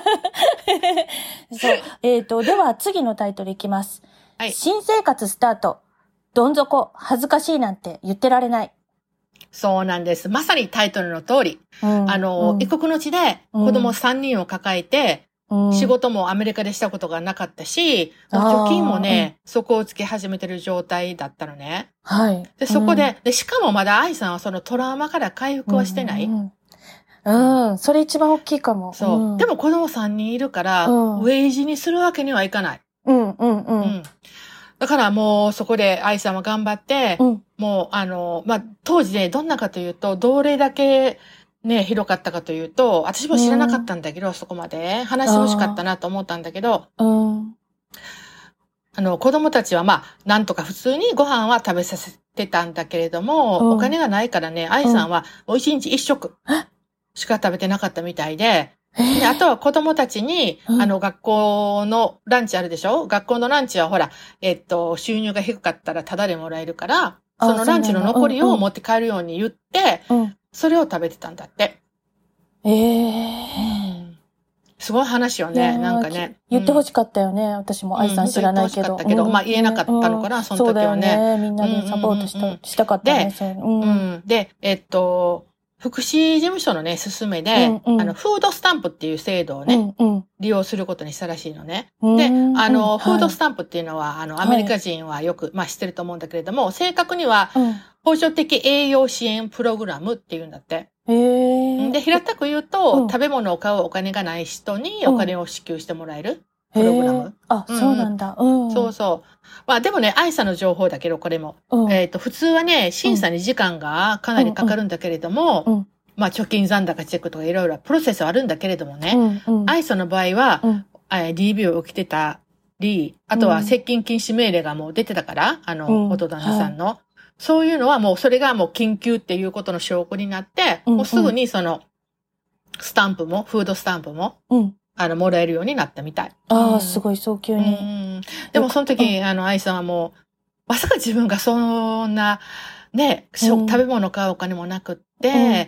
S3: そう。えっ、と、では次のタイトルいきます。
S1: はい
S3: 新生活スタート。どん底、恥ずかしいなんて言ってられない。
S1: そうなんです。まさにタイトルの通り。
S3: うん、
S1: あの、
S3: うん
S1: 異国の地で子供さんにんを抱えて、
S3: うん
S1: 仕事もアメリカでしたことがなかったし、もう
S3: あー
S1: 貯金もね、底をつけ始めてる状態だったのね。
S3: はい。
S1: で、そこで、で、しかもまだ愛さんはそのトラウマから回復はしてない。
S3: うん、うんうんそれ一番大きいかも。
S1: そう。
S3: ん
S1: でも子供さんにんいるから、
S3: うん
S1: ウェイジにするわけにはいかない。
S3: うん、うん、う。
S1: うんん。だからもうそこで愛さんは頑張って、
S3: うん、
S1: もうあの、まあ、当時ね、どんなかというと、どれだけね、ひどかったかというと、私も知らなかったんだけど、そこまで。話してほしかったなと思ったんだけど、
S3: うん。
S1: あの、子供たちはまあ、なんとか普通にご飯は食べさせてたんだけれども、
S3: うん
S1: お金がないからね、愛さんはもう一日一食しか食べてなかったみたいで、で、あとは子供たちに、
S3: うん
S1: あの、学校のランチあるでしょ？学校のランチはほら、えっと、収入が低かったらタダでもらえるから、
S3: あ
S1: そのランチの残り
S3: そうなんだ
S1: を持って帰るように言って、
S3: うん。
S1: それを食べてたんだって。
S3: ええ
S1: すごい話よね、なんかね。
S3: 言ってほ
S1: し
S3: しかったよね。私も愛さん知らないけど。
S1: うん言ってほしかったけど
S3: うん
S1: まあ言えなかったのかな
S3: うん
S1: その時はね
S3: そうだよね。みんなでサポートした、
S1: うんうんうんうん
S3: したかったね。
S1: で
S3: そういうの
S1: う
S3: うん。
S1: ん。で、えっと、福祉事務所のね、勧めで、
S3: うんうん
S1: あの、フードスタンプっていう制度をね、
S3: うんうん
S1: 利用することにしたらしいのね。
S3: うん
S1: で、あの、
S3: うん
S1: フードスタンプっていうのは、あの、アメリカ人はよく、まあ知ってると思うんだけれども、正確には、
S3: うん
S1: 補助的栄養支援プログラムっていうんだって。
S3: へえ
S1: で、平たく言うと、
S3: うん
S1: 食べ物を買うお金がない人にお金を支給してもらえる、
S3: へ
S1: プログラム
S3: ーあ、そうなんだ。うん。
S1: そうそう。まあでもね、愛さんの情報だけど、これも。
S3: うん。
S1: えっ、と、普通はね、審査に時間がかなりかかるんだけれども、
S3: うん。
S1: まあ貯金残高チェックとかいろいろプロセスはあるんだけれどもね、
S3: うん。うん。
S1: 愛さんの場合は、
S3: うん。
S1: えー ディービー を受けてたり、あとは接近禁止命令がもう出てたから、あの、
S3: うん
S1: 元旦那さんの。そういうのはもうそれがもう緊急っていうことの証拠になって、
S3: うん
S1: もうすぐにその、スタンプも、フードスタンプも、
S3: うん。
S1: あの、もらえるようになったみたい。
S3: ああ、すごい早急
S1: う
S3: に。
S1: ん。でもその時、あの、愛さんはもう、まさか自分がそんな、ね、食
S3: うん
S1: 食べ物買うお金もなくって、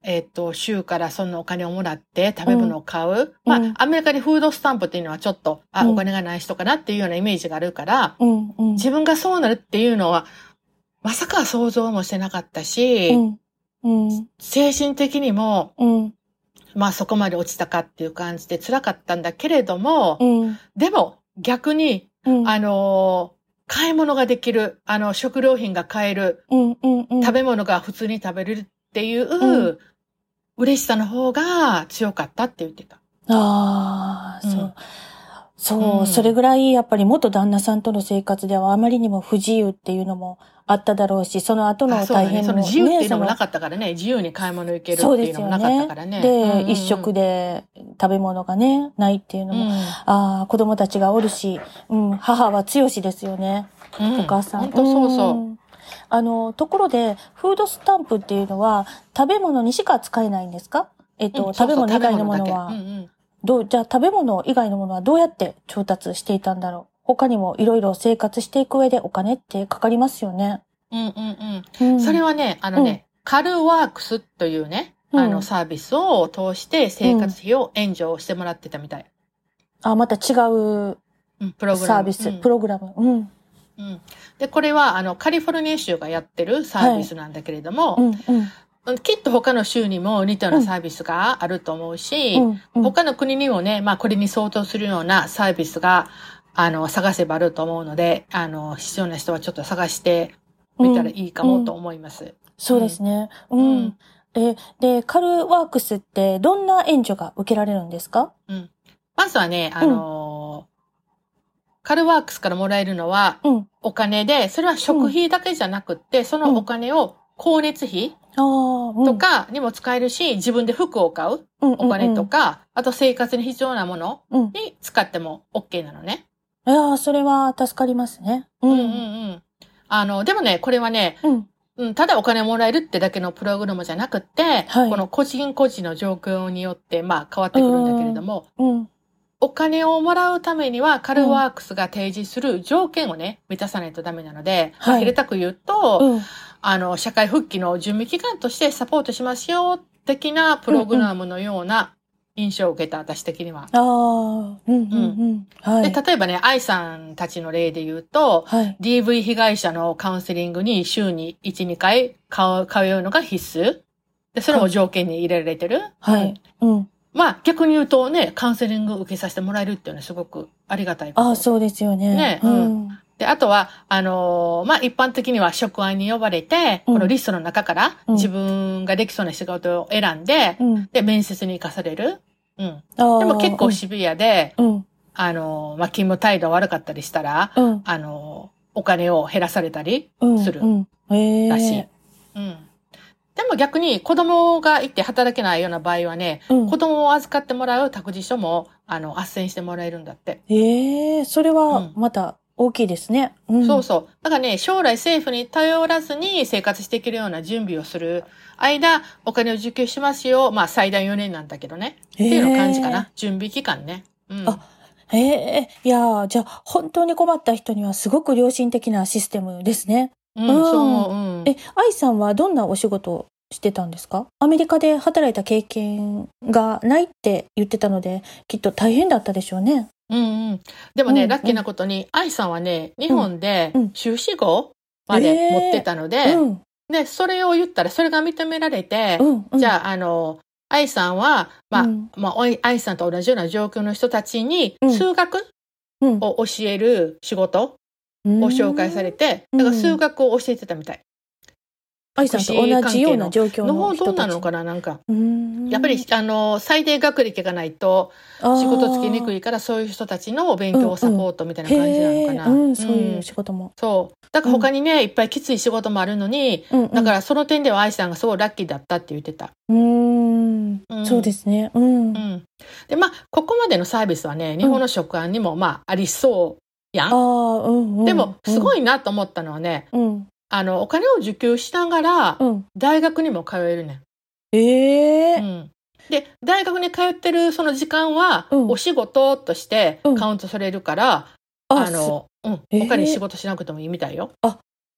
S1: えっと、州からそのお金をもらって食べ物を買う。
S3: うん
S1: まあ、
S3: うん
S1: アメリカでフードスタンプっていうのはちょっと、あ、
S3: うん
S1: お金がない人かなっていうようなイメージがあるから、
S3: うんうん。
S1: 自分がそうなるっていうのは、まさか想像もしてなかったし、
S3: うんうん
S1: 精神的にも、
S3: うん
S1: まあそこまで落ちたかっていう感じで辛かったんだけれども、
S3: うん
S1: でも逆に、
S3: うん
S1: あのー買い物ができる、あの、食料品が買える、
S3: うんうんうん。
S1: 食べ物が普通に食べれるっていう、
S3: うん
S1: 嬉しさの方が強かったって言ってた。
S3: ああ、
S1: うん
S3: そう。そう、
S1: うん
S3: それぐらいやっぱり元旦那さんとの生活ではあまりにも不自由っていうのもあっただろうし、その後の
S1: あそうだね。
S3: 大変の
S1: その自由っていうのも
S3: ね
S1: なかったからね、自由に買い物行けるって
S3: そうで
S1: いうのもなか
S3: すよね。
S1: ったからね。
S3: で、
S1: うんうんうん
S3: 一食で食べ物がね、ないっていうのも、ああ、子供たちがおるし、うん、母は強しですよね。
S1: うん、
S3: お母さん。
S1: 本当そうそう。
S3: んあの、ところで、フードスタンプっていうのは、食べ物にしか使えないんですか？えっと、
S1: うん
S3: 食べ物以外のもの
S1: そうそう
S3: は、
S1: 食べ物だけうんうん
S3: どう、じゃあ食べ物以外のものはどうやって調達していたんだろう？他にもいろいろ生活していく上でお金ってかかりますよね。
S1: うんうん
S3: う
S1: うんん。それはね、あのね、カルワークスというね、
S3: うん
S1: あのサービスを通して生活費を援助してもらってたみたい。
S3: あ、また違う
S1: うん、プログラム。
S3: サービス、
S1: うん
S3: プログラム。うん。
S1: うん。で、これは、あの、カリフォルニア州がやってるサービスなんだけれども、
S3: うん、うん。
S1: きっと他の州にも似たようなサービスがあると思うし、
S3: うんうん
S1: 他の国にもね、まあこれに相当するようなサービスが、あの、探せばあると思うので、あの、必要な人はちょっと探してみたらいいかもと思います。
S3: そうですね。う。
S1: うんん。
S3: で、で、カルワークスってどんな援助が受けられるんですか？
S1: うん。まずはね、あのーカルワークスからもらえるのは
S3: うん。
S1: お金で、それは食費だけじゃなくって、そのお金を光熱費
S3: ああ、うん。
S1: とかにも使えるし、自分で服を買う
S3: うん、
S1: お金とか、あと生活に必要なもの
S3: うん。うん。
S1: に使っても OK なのね。
S3: いやー、それは助かりますね。う
S1: うんうんうんん。あの、でもね、これはね、
S3: うん。
S1: うん、ただお金もらえるってだけのプログラムじゃなくって、
S3: はい
S1: この個人個人の状況によって、まあ変わってくるんだけれども、
S3: うん。
S1: お金をもらうためには、カルワークスが提示する条件をね、満たさないとダメなので、
S3: はい
S1: まあ平たく言うと、
S3: うん。
S1: あの、社会復帰の準備期間としてサポートしますよ、的なプログラムのような印象を受けた、私的には。
S3: ああ、うん、うん、うん。は
S1: で、
S3: い。
S1: 例えばね、愛さんたちの例で言うと、
S3: はい。
S1: ディーブイ 被害者のカウンセリングに週にいち、にかい通う通うのが必須。で、それも条件に入れられてる。
S3: はい。うん。
S1: まあ、逆に言うとね、カウンセリングを受けさせてもらえるっていうのはすごくありがたいこと。
S3: ああ、そうですよね。
S1: ね
S3: う
S1: うん
S3: ん。
S1: で、あとは、あのーまあ、一般的には職案に呼ばれて、
S3: うん
S1: このリストの中から
S3: うん
S1: 自分ができそうな仕事を選んで、
S3: うん。
S1: で、面接に行かされる。うん。
S3: ああ。
S1: でも結構シビアで、
S3: うん。
S1: あのーまあ、勤務態度悪かったりしたら、
S3: うん。
S1: あのーお金を減らされたり
S3: うん。
S1: する
S3: うん。ええ。
S1: らしい。うん。でも逆に子供がいて働けないような場合はね、
S3: うん
S1: 子供を預かってもらう託児所も、あの、斡旋してもらえるんだって。
S3: ええ、それはまた大きいですね。うん。
S1: そうそう。だからね、将来政府に頼らずに生活していけるような準備をする間、お金を受給しますよ。まあ最大よねんなんだけどね。っていうの感じかな。準備期間ね。うん。
S3: あええいやー、じゃあ本当に困った人にはすごく良心的なシステムですね。
S1: うん、
S3: うん
S1: そう思う。うん。
S3: え、愛さんはどんなお仕事をしてたんですか？アメリカで働いた経験がないって言ってたので、きっと大変だったでしょうね。
S1: うんうん。でもね、
S3: うん
S1: ラッキーなことに、愛さんはね、日本で
S3: うん
S1: 修士号まで持ってたので、
S3: うん。
S1: で、それを言ったら、それが認められて、
S3: うん。うん、
S1: じゃあ、あの、愛さんは、まあ、
S3: うん
S1: まあ、おい愛さんと同じような状況の人たちに
S3: うん、
S1: 数学
S3: うん、
S1: を教える仕事を紹介されて、
S3: うん
S1: だから数学を教えてたみたい。
S3: 愛さんと同じような状況
S1: の方
S3: の人たち。
S1: どうなのかななんか。
S3: うーん
S1: やっぱり、あの、最低学歴がないと仕事つきにく
S3: い
S1: いから、そういう人たちの勉強をサポートみたいな感じなのかな。
S3: うん、そういう仕事も。
S1: そう。だから他にね、いっぱいきつい仕事もあるのに、
S3: うん、うん、
S1: だからその点では愛さんがすごいラッキーだったって言ってた。
S3: うーん、
S1: うん
S3: そうですね。うん。
S1: うん。で、まあ、ここまでのサービスはね、日本の職案にも、まあ、ありそうやん。
S3: ああ、うん、うん。
S1: でも、すご
S3: い。
S1: いなと思ったのはね、
S3: うん、
S1: あの、お金を受給しながら、
S3: うん。
S1: 大学にも通えるねん。
S3: ええー。
S1: うん。で、大学に通ってるその時間は、
S3: うん
S1: お仕事として
S3: うん
S1: カウントされるから、
S3: あ
S1: あの、うん、
S3: えー
S1: 他に仕事しなくてもいいみたいよ。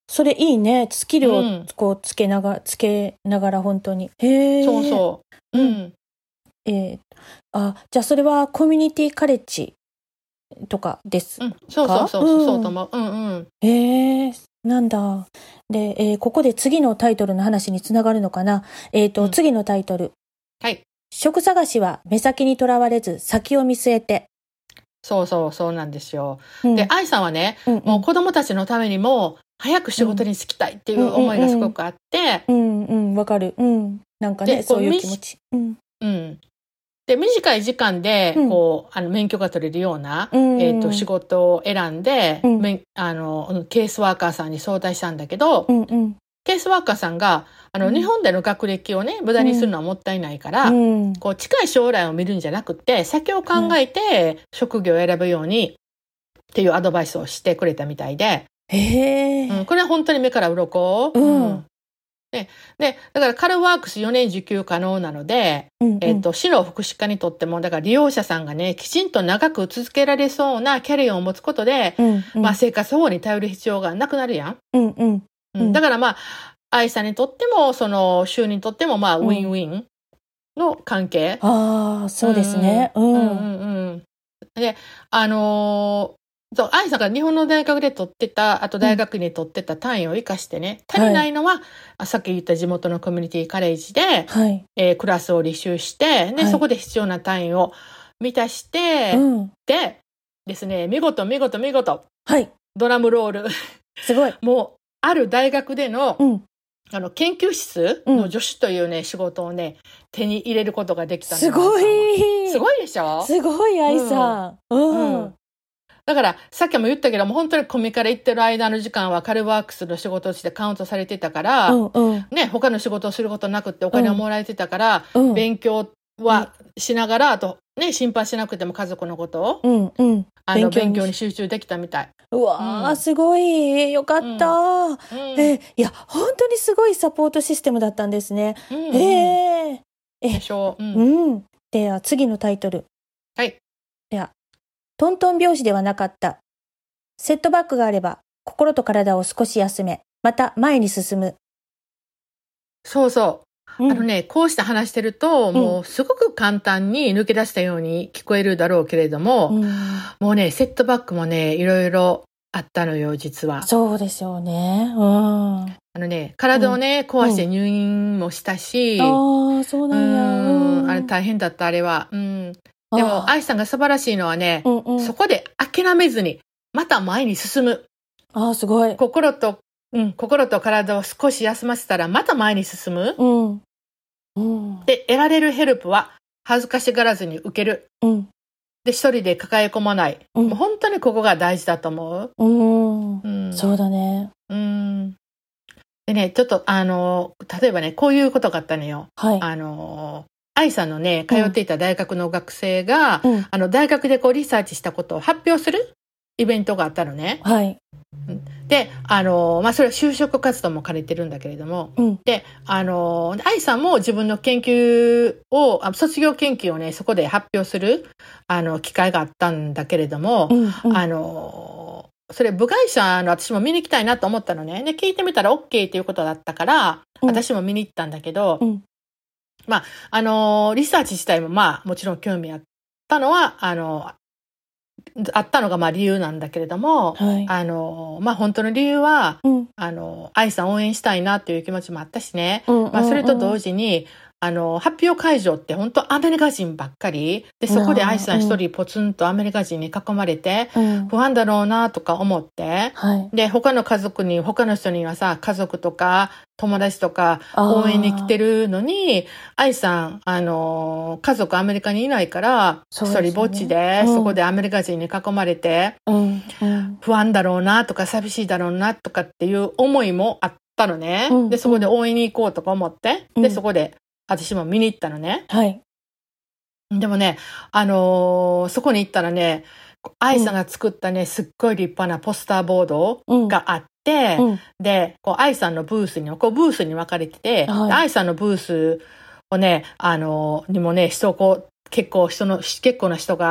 S3: それいいね。スキルを
S1: うん
S3: こうつけながら、つけながら本当に。へえ。
S1: そうそう。うん。
S3: えー、あ、じゃあそれはコミュニティカレッジとかですか？
S1: うん。そうそうそう、
S3: うん
S1: そうと思う。うんうん。
S3: へえ、なんだ。で、えーここで次のタイトルの話につながるのかな。えっと、
S1: うん
S3: 次のタイトル。
S1: はい。
S3: 職探しは目先にとらわれず先を見据えて。
S1: そうそう、そうなんですよ。
S3: うん
S1: で、愛さんはね、
S3: うんうん
S1: もう子供たちのためにも、早く仕事に就きたいっていう思いがすごくあって、
S3: うんうん、わかる。うん。なんかね、
S1: で
S3: そういう
S1: こう
S3: 気持ち。うん。
S1: うん。で、短い時間で、
S3: うん
S1: こう、あの、免許が取れるような、
S3: うん
S1: えっと、仕事を選んで、
S3: うん
S1: めんあの、うんケースワーカーさんに相談したんだけど、
S3: うんうん。
S1: ケースワーカーさんが、あの、
S3: うん
S1: 日本での学歴をね、無駄にするのはもったいないから、
S3: うん。
S1: こう、近い将来を見るんじゃなくて、先を考えて、職業を選ぶように、っていうアドバイスをしてくれたみたいで、
S3: へえ。
S1: うん、これは本当に目から鱗。
S3: うん
S1: で、で、だからカルワークスよねん受給可能なので、
S3: うんうん
S1: えっと、市の福祉課にとっても、だから利用者さんがね、きちんと長く続けられそうなキャリアを持つことで、
S3: うんうん
S1: まあ生活保護に頼る必要がなくなるやん。
S3: うんうん
S1: うん
S3: うん
S1: だからまあ、愛さんにとっても、その、州にとっても、まあ、
S3: うん
S1: ウィンウィンの関係。
S3: ああ、そうですね。う。
S1: うんんうんうん。で、あのーそう、愛さんが日本の大学で取ってた、あと大学に取ってた単位を生かしてね、足りないのは、あさっき言った地元のコミュニティカレッジで、
S3: はい。
S1: えークラスを履修して、で、
S3: はい
S1: そこで必要な単位を満たして、
S3: うん。
S1: で、ですね、見事見事見事、
S3: はい。
S1: ドラムロール、
S3: すごい。
S1: もう、ある大学での、
S3: うん。
S1: あの、研究室の助手というね、仕事をね、手に入れることができたの
S3: すごい。
S1: すごいでしょ？
S3: すごい、愛さん。う
S1: うんん。だから、さっきも言ったけども、本当にコミから行ってる間の時間はカルワークスの仕事としてカウントされてたから、
S3: うんうん。
S1: ね、他の仕事をすることなくってお金をもらえてたから、
S3: うん。
S1: 勉強はしながら、あと、ね、心配しなくても家族のことを、
S3: うんうん。
S1: あの、
S3: 勉強に
S1: 勉強に集中できたみたい。
S3: うわー、
S1: うん
S3: すごい。よかった。
S1: うん。
S3: え、いや、本当にすごいサポートシステムだったんですね。
S1: うん
S3: ええ
S1: でしょう。うん。
S3: うん。では、次のタイトル。
S1: はい。
S3: では、トントン拍子ではなかった。セットバックがあれば、心と体を少し休め、また前に進む。
S1: そうそう。
S3: うん
S1: あのね、こうして話してると、
S3: ん
S1: もうすごく簡単に抜け出したように聞こえるだろうけれども、
S3: うん、
S1: もうね、セットバックもね、いろいろあったのよ、実は。
S3: そうでしょうね。うん。あ
S1: あのね、体をね、壊して入院もしたし、
S3: あ、そう
S1: う
S3: なんや。
S1: ん、
S3: うん
S1: あれ大変だった、あれは。うん。でも、
S3: あー
S1: 愛さんが素晴らしいのはね、
S3: うんうん。
S1: そこで諦めずに、また前に進む。
S3: ああ、すごい。
S1: 心と、うん、心と体を少し休ませたら、また前に進む。
S3: うん。うん。
S1: で、得られるヘルプは、恥ずかしがらずに受ける。
S3: うん。
S1: で、一人で抱え込まない。
S3: うん
S1: もう本当にここが大事だと思う。
S3: うん。
S1: うん。
S3: そうだね。
S1: うん。でね、ちょっと、あの、例えばね、こういうことがあったのよ。
S3: はい。
S1: あの、愛さんのね、通っていた大学の学生が、
S3: うん。
S1: あの、大学でこうリサーチしたことを発表するイベントがあったのね。
S3: はい。
S1: で、あの、まあ、それは就職活動も兼ねてるんだけれども、
S3: うん。
S1: で、あの、愛さんも自分の研究を、あ卒業研究をね、そこで発表する、あの、機会があったんだけれども、
S3: うん。うん
S1: あの、それ部外者の私も見に行きたいなと思ったのね。で、聞いてみたら OK っていうことだったから、
S3: うん
S1: 私も見に行ったんだけど、
S3: うん
S1: まあ、あの、リサーチ自体もまあ、もちろん興味あったのは、あの、あったのがまあ理由なんだけれども、
S3: はい。
S1: あの、まあ本当の理由は、
S3: うん。
S1: あの、愛さん応援したいなっていう気持ちもあったしね。
S3: うん。
S1: まあそれと同
S3: 時。
S1: 時に、あの、発表会場って本当アメリカ人ばっかり。で、そこで愛さん一人ポツンとアメリカ人に囲まれて、
S3: うん。
S1: 不安だろうなとか思って、
S3: はい。
S1: で、他の家族に、他の人にはさ、家族とか友達とか
S3: あー
S1: 応援に来てるのに、愛さん、あの、家族アメリカにいないから、
S3: そうですよね
S1: 一人ぼっちで、
S3: うん
S1: そこでアメリカ人に囲まれて、
S3: うん。うん。
S1: 不安だろうなとか寂しいだろうなとかっていう思いもあったのね。
S3: うん
S1: で、そこで応援に行こうとか思って、
S3: うん
S1: で、そこで私も見に行ったのね。
S3: はい。
S1: でもね、あのーそこに行ったらね、愛さんが作ったね、すっごい立派なポスターボード
S3: うん。
S1: があって、
S3: うん。
S1: で、こう、愛さんのブースに、こう、ブースに分かれてて、
S3: はい
S1: で愛さんのブースをね、あの、にもね、人をこう、結構人の、結構な人が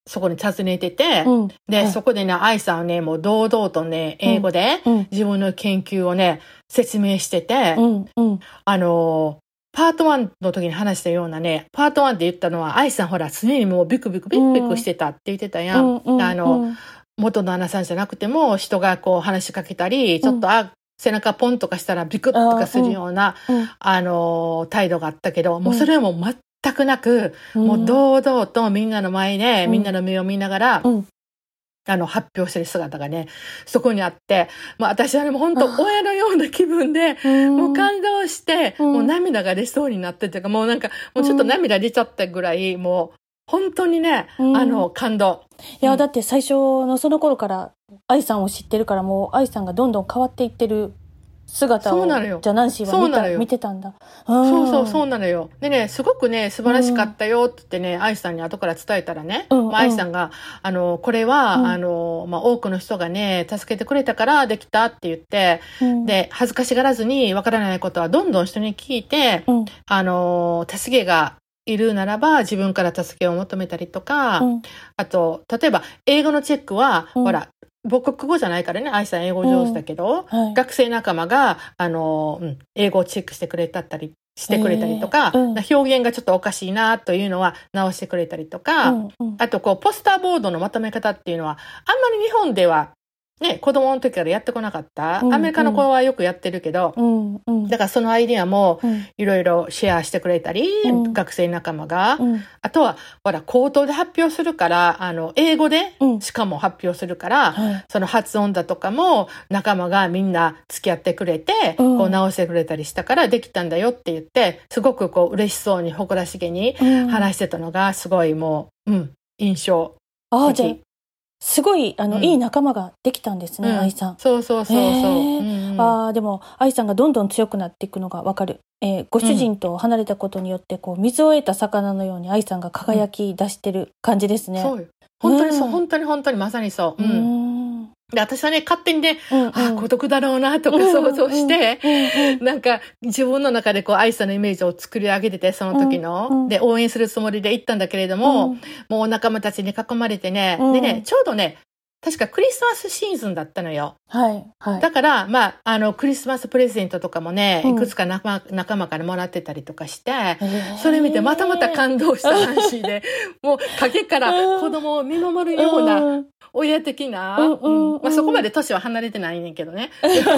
S1: そこに訪ねてて、
S3: うん、
S1: で、
S3: はい、
S1: そこでね、愛さんはね、もう堂々とね、英語で自分の研究をね、説明してて、
S3: うんうん、
S1: あの、パートワンの時に話したようなね、パートワンで言ったのは、愛さんほら、常にもうビクビクビクビクしてたって言ってたやん。
S3: うんうん、
S1: あの、元の旦那さんじゃなくても、人がこう話しかけたり、ちょっと、あ、背中ポンとかしたらビクッとかするような、あ、うん、あの、態度があったけど、もうそれはもう全くなく、うん、もう堂々とみんなの前で、うん、みんなの目を見ながら、うん、あの、発表してる姿がね、そこにあって、まあ私はね、もう本当親のような気分で、もう感動して、もう涙が出そうになっててか、もうなんか、もうちょっと涙出ちゃったぐらい、もう、本当にね、あの、感動。
S3: いや、だって最初のその頃から、愛さんを知ってるから、もう愛さんがどんどん変わっていってる姿を、じゃあナンシーは見た見てたんだ。
S1: そうそう、そうなのよ。でね、すごくね、素晴らしかったよって言ってね、愛さんに後から伝えたらね、うんうん、まあ、愛さんが、あの、これは、うん、あの、まあ、多くの人がね、助けてくれたからできたって言って、うん、で、恥ずかしがらずにわからないことはどんどん人に聞いて、うん、あの、助けが、いるならば自分から助けを求めたりとか、うん、あと、例えば英語のチェックは、うん、ほら、母国語じゃないからね、愛さん英語上手だけど、うんはい、学生仲間が、あの、うん、英語をチェックしてくれたったり、してくれたりとか、えーうん、表現がちょっとおかしいなというのは直してくれたりとか、うんうん、あと、こう、ポスターボードのまとめ方っていうのは、あんまり日本では、ね、子供の時からやってこなかった。うんうん、アメリカの子はよくやってるけど、うんうん、だからそのアイディアもいろいろシェアしてくれたり、うん、学生仲間が、うん、あとは、ほら、口頭で発表するから、あの、英語でしかも発表するから、うん、その発音だとかも仲間がみんな付き合ってくれて、うん、こう直してくれたりしたからできたんだよって言って、すごくこう嬉しそうに誇らしげに話してたのが、すごいもう、うん、印象的。
S3: ああ、じゃあすごい、あの、うん、いい仲間ができたんですね、うん、愛さん。
S1: そうそうそうそう。うん
S3: うん、ああ、でも、愛さんがどんどん強くなっていくのがわかる。えー、ご主人と離れたことによって、こう、水を得た魚のように愛さんが輝き出してる感じですね。
S1: そうよ。本当にそう、うん、本当に本当にまさにそう。うん。うんで、私はね、勝手にね、うんうん、あ、孤独だろうな、とか想像して、うんうん、なんか、自分の中でこう、愛さんのイメージを作り上げてて、その時の。うんうん、で、応援するつもりで行ったんだけれども、うん、もうお仲間たちに囲まれてね、うん、でね、ちょうどね、確かクリスマスシーズンだったのよ。
S3: はい。はい。
S1: だから、まあ、あの、クリスマスプレゼントとかもね、うん、いくつか仲間、仲間からもらってたりとかして、それ見てまたまた感動した話で、もう陰から子供を見守るような、親的な、うんうんうん、まあ、そこまで年は離れてないねんけどね。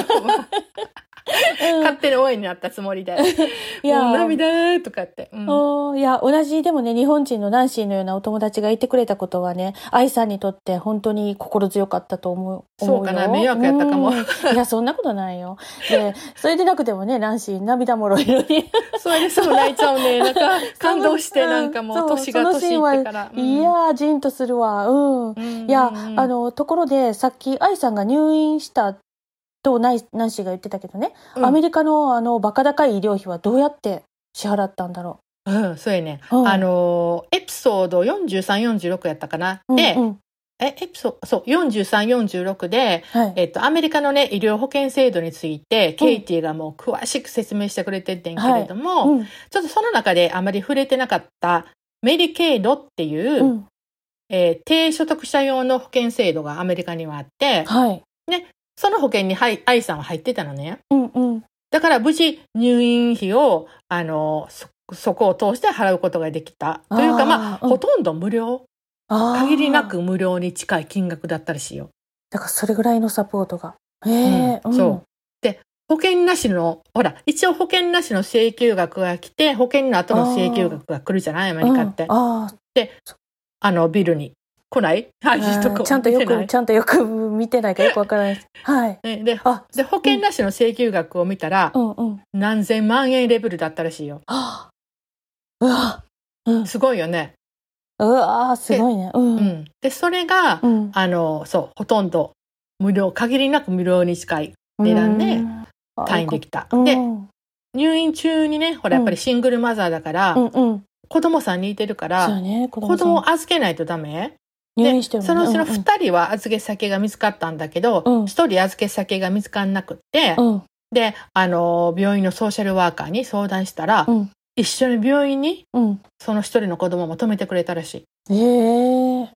S1: 勝手に応援になったつもりで。いや、もう涙とかって。
S3: うん、いや、同じでもね、日本人のナンシーのようなお友達がいてくれたことはね、愛さんにとって本当に心強かったと思う。
S1: そうかな、迷惑やったかも。
S3: いや、そんなことないよ。で、それでなくてもね、ナンシー涙もろいのに。
S1: それでそう泣いちゃうね。なんか、感動して、なんかもう、年が年いってから。
S3: うん、いやー、じんとするわ。うん。うん、いや、あの、ところで、さっき愛さんが入院したとナンシーが言ってたけどね、うん、アメリカのあのバカ高い医療費はどうやって支払ったんだろ
S1: う。うん、そうやね。うん、あのエピソードよんじゅうさん、よんじゅうろくやったかな。うんうん、で、え、エピソード、そう、よんじゅうさん、よんじゅうろくで、はい、えっと、アメリカのね、医療保険制度について、ケイティがもう詳しく説明してくれてんけれども、はいうん、ちょっとその中であまり触れてなかったメディケイドっていう、うんえー、低所得者用の保険制度がアメリカにはあって、はい、ね、その保険に愛さんは入ってたのね。うんうん。だから無事入院費を、あの、そ、そこを通して払うことができた。というか、まあ、うん、ほとんど無料。限りなく無料に近い金額だったらしいよ。
S3: だからそれぐらいのサポートが。へえ、
S1: うん、そう。で、保険なしの、ほら、一応保険なしの請求額が来て、保険の後の請求額が来るじゃないアメリカって。うん、あで、あの、ビルに。来ないはいとか
S3: ちゃんとよく、ちゃんとよく見てないからよくわからないです。はい。
S1: で、あで保険なしの請求額を見たら、うんうん、何千万円レベルだったらしいよ。はあ、うわ、うん、すごいよね。
S3: うわすごいね。うん。うん、
S1: で、それが、うん、あの、そう、ほとんど無料、限りなく無料に近い値段で退院できた。で、入院中にね、ほら、やっぱりシングルマザーだから、うんうん、子供さんにいてるから、ね、子供、子供を預けないとダメ。で、ね、そのうちの二人は預け先が見つかったんだけど、一、うん、人預け先が見つからなくって、うん、で、あの、病院のソーシャルワーカーに相談したら、うん、一緒に病院に、その一人の子供も泊めてくれたらしい。へ
S3: え。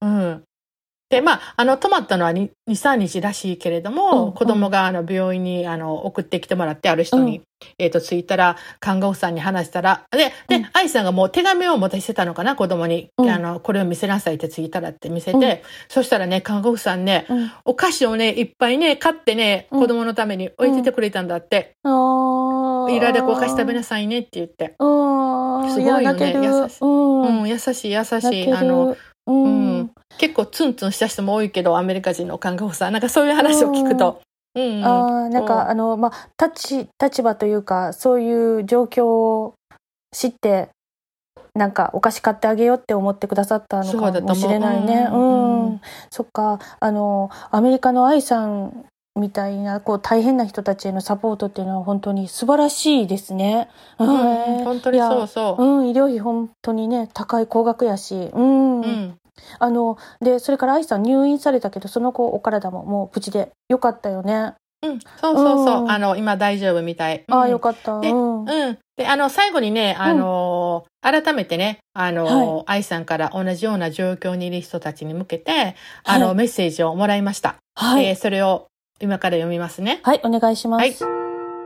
S1: うん。で、まあ、あの、泊まったのはに、さんにちらしいけれども、
S3: うん
S1: 子供があの、病院にあの、送ってきてもらって、ある人に、
S3: うん、
S1: えっと、着いたら、看護婦さんに話したら、で、で、
S3: うん、
S1: 愛さんがもう手紙を持たせてたのかな、子供に。
S3: うん、
S1: あの、これを見せなさいって着いたらって見せて、
S3: うん、
S1: そしたらね、看護婦さんね、
S3: うん、
S1: お菓子をね、いっぱいね、買ってね、
S3: うん
S1: 子供のために置いててくれたんだって。
S3: あ
S1: いられお菓子食べ
S3: ー
S1: なさいねって言って。
S3: あー、いや、
S1: すごいよね。
S3: 泣ける。
S1: 優しい。
S3: うん。
S1: うん、優しい、優しい。
S3: 泣け
S1: あの、
S3: る。う
S1: う
S3: ん。
S1: ん。結構ツンツンした人も多いけど、アメリカ人の看護婦さん。なんかそういう話を聞くと。うん、うん。
S3: ああ、なんか、
S1: そ
S3: あの、まあ、立ち、立場というか、そういう状況を知って、なんか、お菓子買ってあげようって思ってくださったの
S1: そう
S3: かもし
S1: だと思う。
S3: れないね。
S1: う
S3: うん。
S1: うん。
S3: そっか、あの、アメリカの愛さんみたいな、こう、大変な人たちへのサポートっていうのは本当に素晴らしいですね。
S1: うん、
S3: へえ
S1: 本当にそう
S3: いや、
S1: そう。
S3: うん、医療費本当にね、高い、高額やし。うん。
S1: うん。
S3: あの、で、それから愛さん入院されたけど、その後お体ももう無事でよかったよね。
S1: うん、そうそうそう。
S3: うん。
S1: あの、今大丈夫みたい。
S3: ああ、
S1: うん。
S3: よかった。
S1: で、
S3: う
S1: うん。
S3: ん。
S1: で、あの、最後にね、あ
S3: うん。
S1: のー改めてね、あ
S3: はい。
S1: のー愛さんから同じような状況にいる人たちに向けて、あの、
S3: はい。
S1: メッセージをもらいました。
S3: はい。
S1: えーそれを今から読みますね。
S3: はい、お願いしま
S1: はい。
S3: す。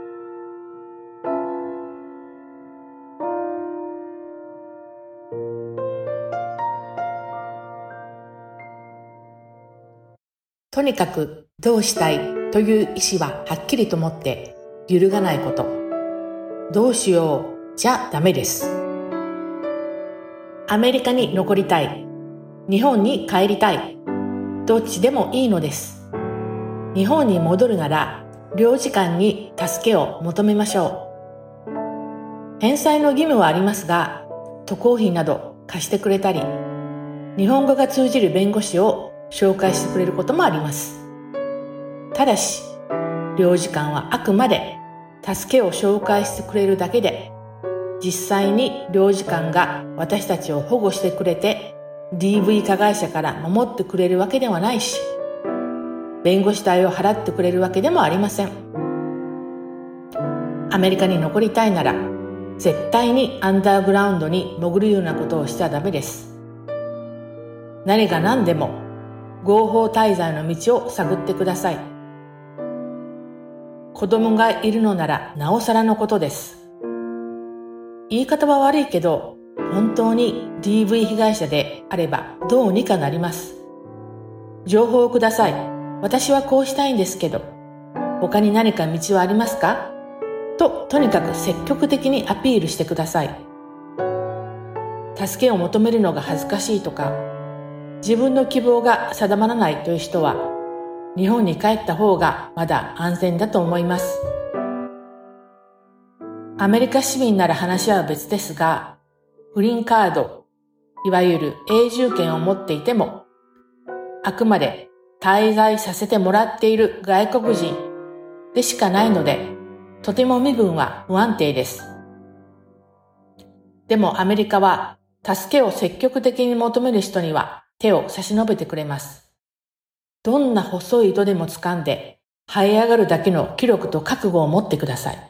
S1: とにかくどうしたいという意思ははっきりと持って揺るがないこと。どうしようじゃダメです。アメリカに残りたい。日本に帰りたい。どっちでもいいのです。日本に戻るなら領事館に助けを求めましょう。返済の義務はありますが、渡航費など貸してくれたり、日本語が通じる弁護士を紹介してくれることもあります。ただし、領事館はあくまで助けを紹介してくれるだけで、実際に領事館が私たちを保護してくれて ディーブイ 加害者から守ってくれるわけではないし、弁護士代を払ってくれるわけでもありません。アメリカに残りたいなら絶対にアンダーグラウンドに潜るようなことをしてはダメです。何が何でも合法滞在の道を探ってください。子供がいるのならなおさらのことです。言い方は悪いけど、本当に ディーブイ 被害者であればどうにかなります。情報をください。私はこうしたいんですけど、他に何か道はありますか？と、とにかく積極的にアピールしてください。助けを求めるのが恥ずかしいとか、自分の希望が定まらないという人は、日本に帰った方がまだ安全だと思います。アメリカ市民なら話は別ですが、グリーンカード、いわゆる永住権を持っていても、あくまで滞在させてもらっている外国人でしかないので、とても身分は不安定です。でもアメリカは助けを積極的に求める人には手を差し伸べてくれます。どんな細い糸でも掴んで這い上がるだけの気力と覚悟を持ってください。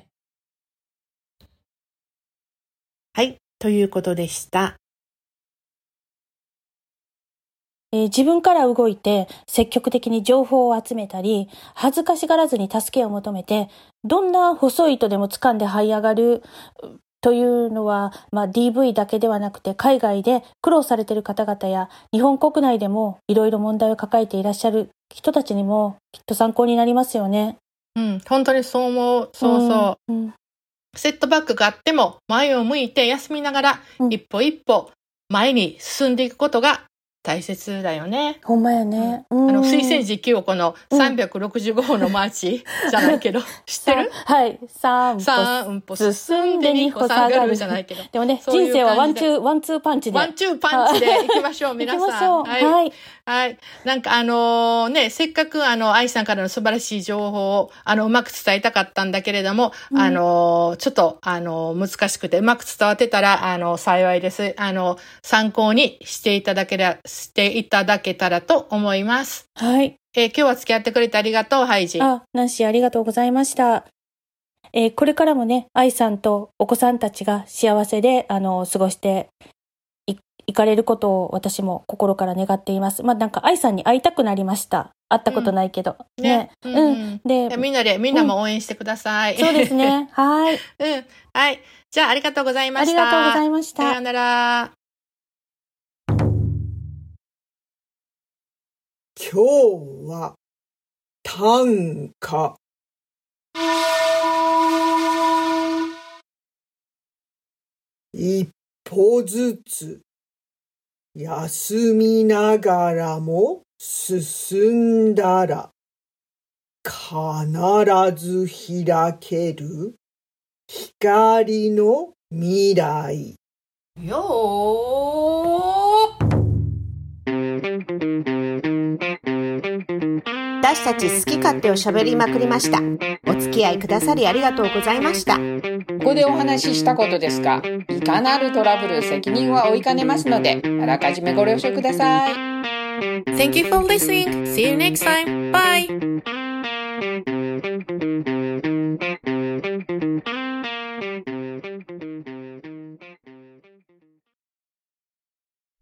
S1: はい、ということでした。
S3: えー自分から動いて積極的に情報を集めたり、恥ずかしがらずに助けを求めて、どんな細い糸でも掴んで這い上がるというのは、まあ、ディーブイ だけではなくて、海外で苦労されている方々や、日本国内でもいろいろ問題を抱えていらっしゃる人たちにもきっと参考になりますよね。
S1: うん、本当にそう思う。そうそう。
S3: うんうん
S1: セットバックがあっても前を向いて休みながら
S3: うん
S1: 一歩一歩前に進んでいくことが大切だよね。
S3: ほんまやね。
S1: あの、水星寺清子のさんびゃくろくじゅうごほのマーチじゃないけど、知ってる？
S3: はい。三歩
S1: 三歩進んで二歩下がるじゃないけど。
S3: でもね、
S1: そういう
S3: 人生はワン
S1: 感じで
S3: チュー、ワンツーパンチで。
S1: ワンチューパンチで行きましょう、皆さん。
S3: 行きましょう。
S1: はい。
S3: はい。
S1: はい。なんかあのーね、せっかくあの、愛さんからの素晴らしい情報を、あの、うまく伝えたかったんだけれども、
S3: うん
S1: あのーちょっと、あのー難しくて、うまく伝わってたら、あの、幸いです。あの、参考にしていただけら、していただけたらと思います。
S3: はい。
S1: えー今日は付き合ってくれてありがとう、ハイジ。
S3: あ、ナンシーありがとうございました。えーこれからもね、愛さんとお子さんたちが幸せで、あの、過ごしてい、 行かれることを私も心から願っています。まあなんか愛さんに会いたくなりました。会ったことないけど。
S1: うん、ね。
S3: ね。
S1: うん、
S3: うん。で、
S1: みんなで、みんなも応援してください。
S3: うん、そうですね。はい。うん。
S1: はい。じゃあありがとうございました。
S3: ありがとうございました。
S1: さようなら。
S4: 今日は短歌。一歩ずつ休みながらも進んだら必ず開ける光の未来。
S1: よー。
S5: 私たち好き勝手を喋りまくりました。お付き合いくださりありがとうございました。
S6: ここでお話ししたことですが、いかなるトラブル責任は負いかねますので、あらかじめご了承ください。
S1: Thank you for listening. See you next time. Bye.